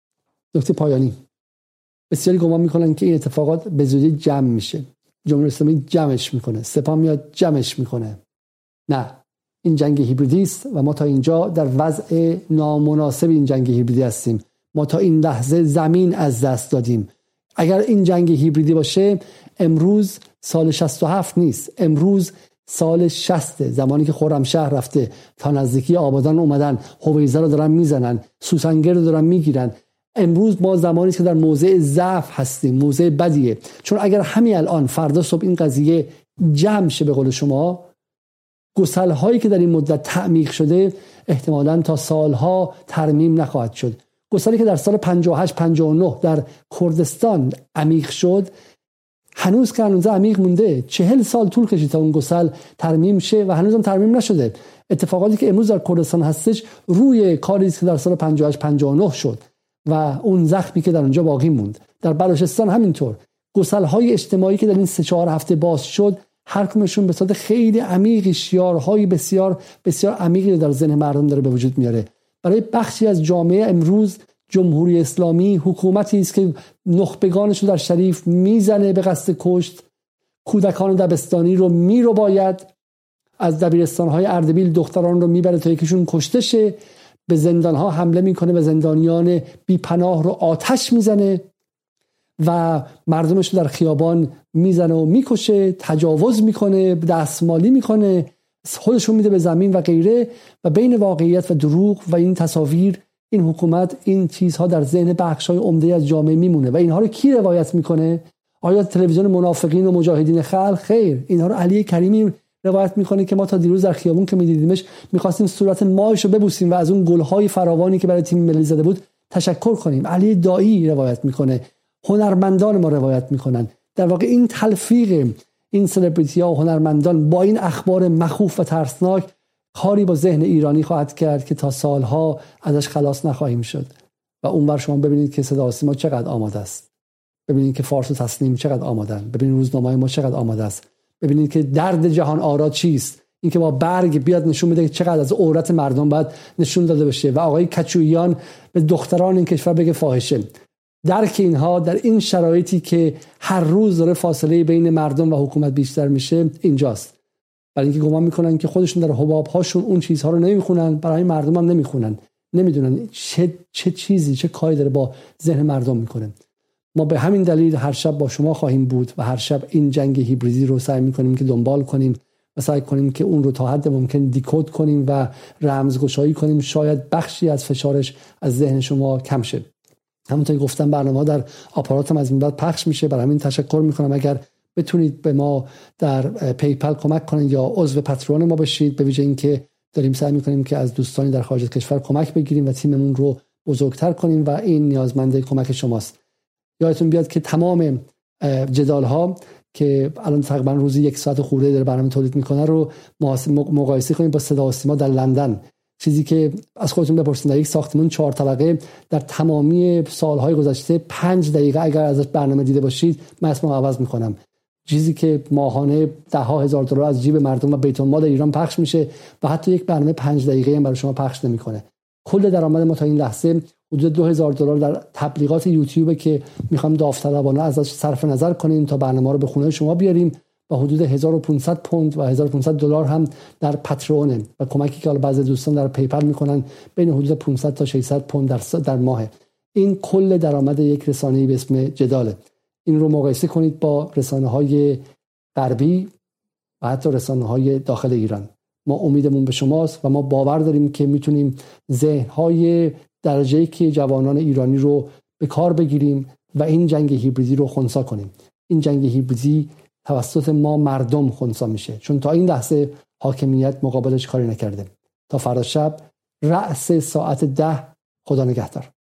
بسیاری گمان میکنن که این اتفاقات به زودی جمع میشه، جمهوری اسلامی جمعش میکنه، سپاه میاد جمعش میکنه. نه، این جنگ هیبریدی است و ما تا اینجا در وضع نامناسب این جنگ هیبریدی هستیم. ما تا این لحظه زمین از دست دادیم. اگر این جنگ هیبریدی باشه امروز سال 67 نیست، امروز سال 60 زمانی که خرمشهر رفته تا نزدیکی آبادان اومدن، هویزه رو دارن میزنن، سوسنگر رو دارن میگیرن. امروز ما زمانی که در موضع ضعف هستیم، موضع بدیه. چون اگر همین الان فردا صبح این قضیه جمع شه، به قول شما، گسل‌هایی که در این مدت تعمیق شده احتمالاً تا سالها ترمیم نخواهد شد. گسلی که در سال 58 59 در کردستان عمیق شد، هنوز که هنوز عمیق مونده. 40 سال طول کشید تا اون گسل ترمیم شه و هنوزم ترمیم نشده. اتفاقاتی که امروز در کردستان هستش روی کاری است که در سال 58 59 شد و اون زخمی که در اونجا باقی موند. در بلوچستان همینطور. گسل‌های اجتماعی که در این 3-4 هفته باز شد، هر کدومشون به صورت خیلی عمیقی شیارهای بسیار بسیار عمیقی در ذهن مردم داره به وجود میاره. برای بخشی از جامعه امروز جمهوری اسلامی حکومتی است که نخبگانش رو در شریف میزنه به قصد کشت، کودکان دبستانی رو میرباید، از دبیرستان‌های اردبیل دختران رو میبره تا یکیشون کشته شه، به زندان‌ها حمله میکنه و زندانیان بی‌پناه رو آتش میزنه و مردمش رو در خیابان میزنه و میکشه، تجاوز میکنه، دستمالی میکنه، خودشون میده به زمین و غیره. و بین واقعیت و دروغ و این تصاویر، این حکومت، این چیزها در ذهن بخش‌های عمده از جامعه میمونه. و اینها رو کی روایت میکنه؟ آیا تلویزیون منافقین و مجاهدین خلق؟ خیر، اینها رو علی کریمی روایت میکنه که ما تا دیروز در خیابون که میدیدیمش میخواستیم صورت ماهش رو ببوسیم و از اون گلهای فراوانی که برای تیم ملی زده بود تشکر کنیم. علی دایی روایت میکنه، هنرمندان ما روایت میکنن. در واقع این تلفیق این سلبریتی ها و هنرمندان با این اخبار مخوف و ترسناک کاری با ذهن ایرانی خواهد کرد که تا سالها ازش خلاص نخواهیم شد. و اونور شما ببینید که صدا و سیما چقدر آماده است، ببینید که فارس و تسنیم چقدر آمادن، ببینید روزنامه‌های ما چقدر آماده است، ببینید که درد جهان آرا چیست. این که با برگ بیاد نشون بده که چقدر از عورت مردم باید نشون داده بشه و آقای کچویان به دختران این کشور بگه فاحشه. درک اینها در این شرایطی که هر روز داره فاصله بین مردم و حکومت بیشتر میشه اینجاست. برای اینکه گمان میکنن که خودشون در حباب‌هاشون اون چیزها رو نمیخونن، برای مردم هم نمیخونن، نمیدونن چه چیزی، چه کاری داره با ذهن مردم میکنه. ما به همین دلیل هر شب با شما خواهیم بود و هر شب این جنگ هیبریدی رو سعی میکنیم که دنبال کنیم و سعی کنیم که اون رو تا حد ممکن دیکود کنیم و رمزگشایی کنیم، شاید بخشی از فشارش از ذهن شما کم شه. همونطور که گفتم برنامه در آپاراتم از این بعد پخش میشه. برای همین تشکر میکنم اگر بتونید به ما در پیپل کمک کنید یا عضو پترون ما بشید، به ویژه اینکه داریم سعی میکنیم که از دوستانی در خارج از کشور کمک بگیریم و تیممون رو بزرگتر کنیم و این نیازمند کمک شماست. یادتون بیاد که تمام جدال ها که الان تقریبا روزی 1 ساعت خورده داره برنامه تولید میکنه رو مقایسه کنیم با صدا و سیما در لندن. چیزی که از خودتون بپرسید، در یک ساختمان 4 طبقه در تمامی سالهای گذشته 5 دقیقه اگر ازش برنامه دیده باشید من اسمم عوض میکنم. چیزی که ماهانه $10,000 از جیب مردم و بیت المال ایران پخش میشه و حتی یک برنامه 5 دقیقه هم برای شما پخش نمیکنه. کل درآمد ما تا این لحظه حدود $2,000 در تبلیغات یوتیوب که میخوام داوطلبانه ازش صرف نظر کنیم تا برنامه رو به خونه شما بیاریم و حدود 1500 پوند و $1,500 هم در پترونه و کمکی که بعضی دوستان در پیپل میکنن بین حدود 500 تا 600 پوند در ماه. این کل درآمد یک رسانه‌ای به اسم جداله. این رو مقایسه کنید با رسانه‌های غربی و حتی رسانه‌های داخل ایران. ما امیدمون به شماست و ما باور داریم که میتونیم ذهن‌های درجه‌ای که جوانان ایرانی رو به کار بگیریم و این جنگ هیبریدی رو خنثی کنیم. این جنگ هیبریدی توسط ما مردم خنثی میشه، چون تا این لحظه حاکمیت مقابلش کاری نکرده. تا فردا شب رأس ساعت 10 خدا نگهدار.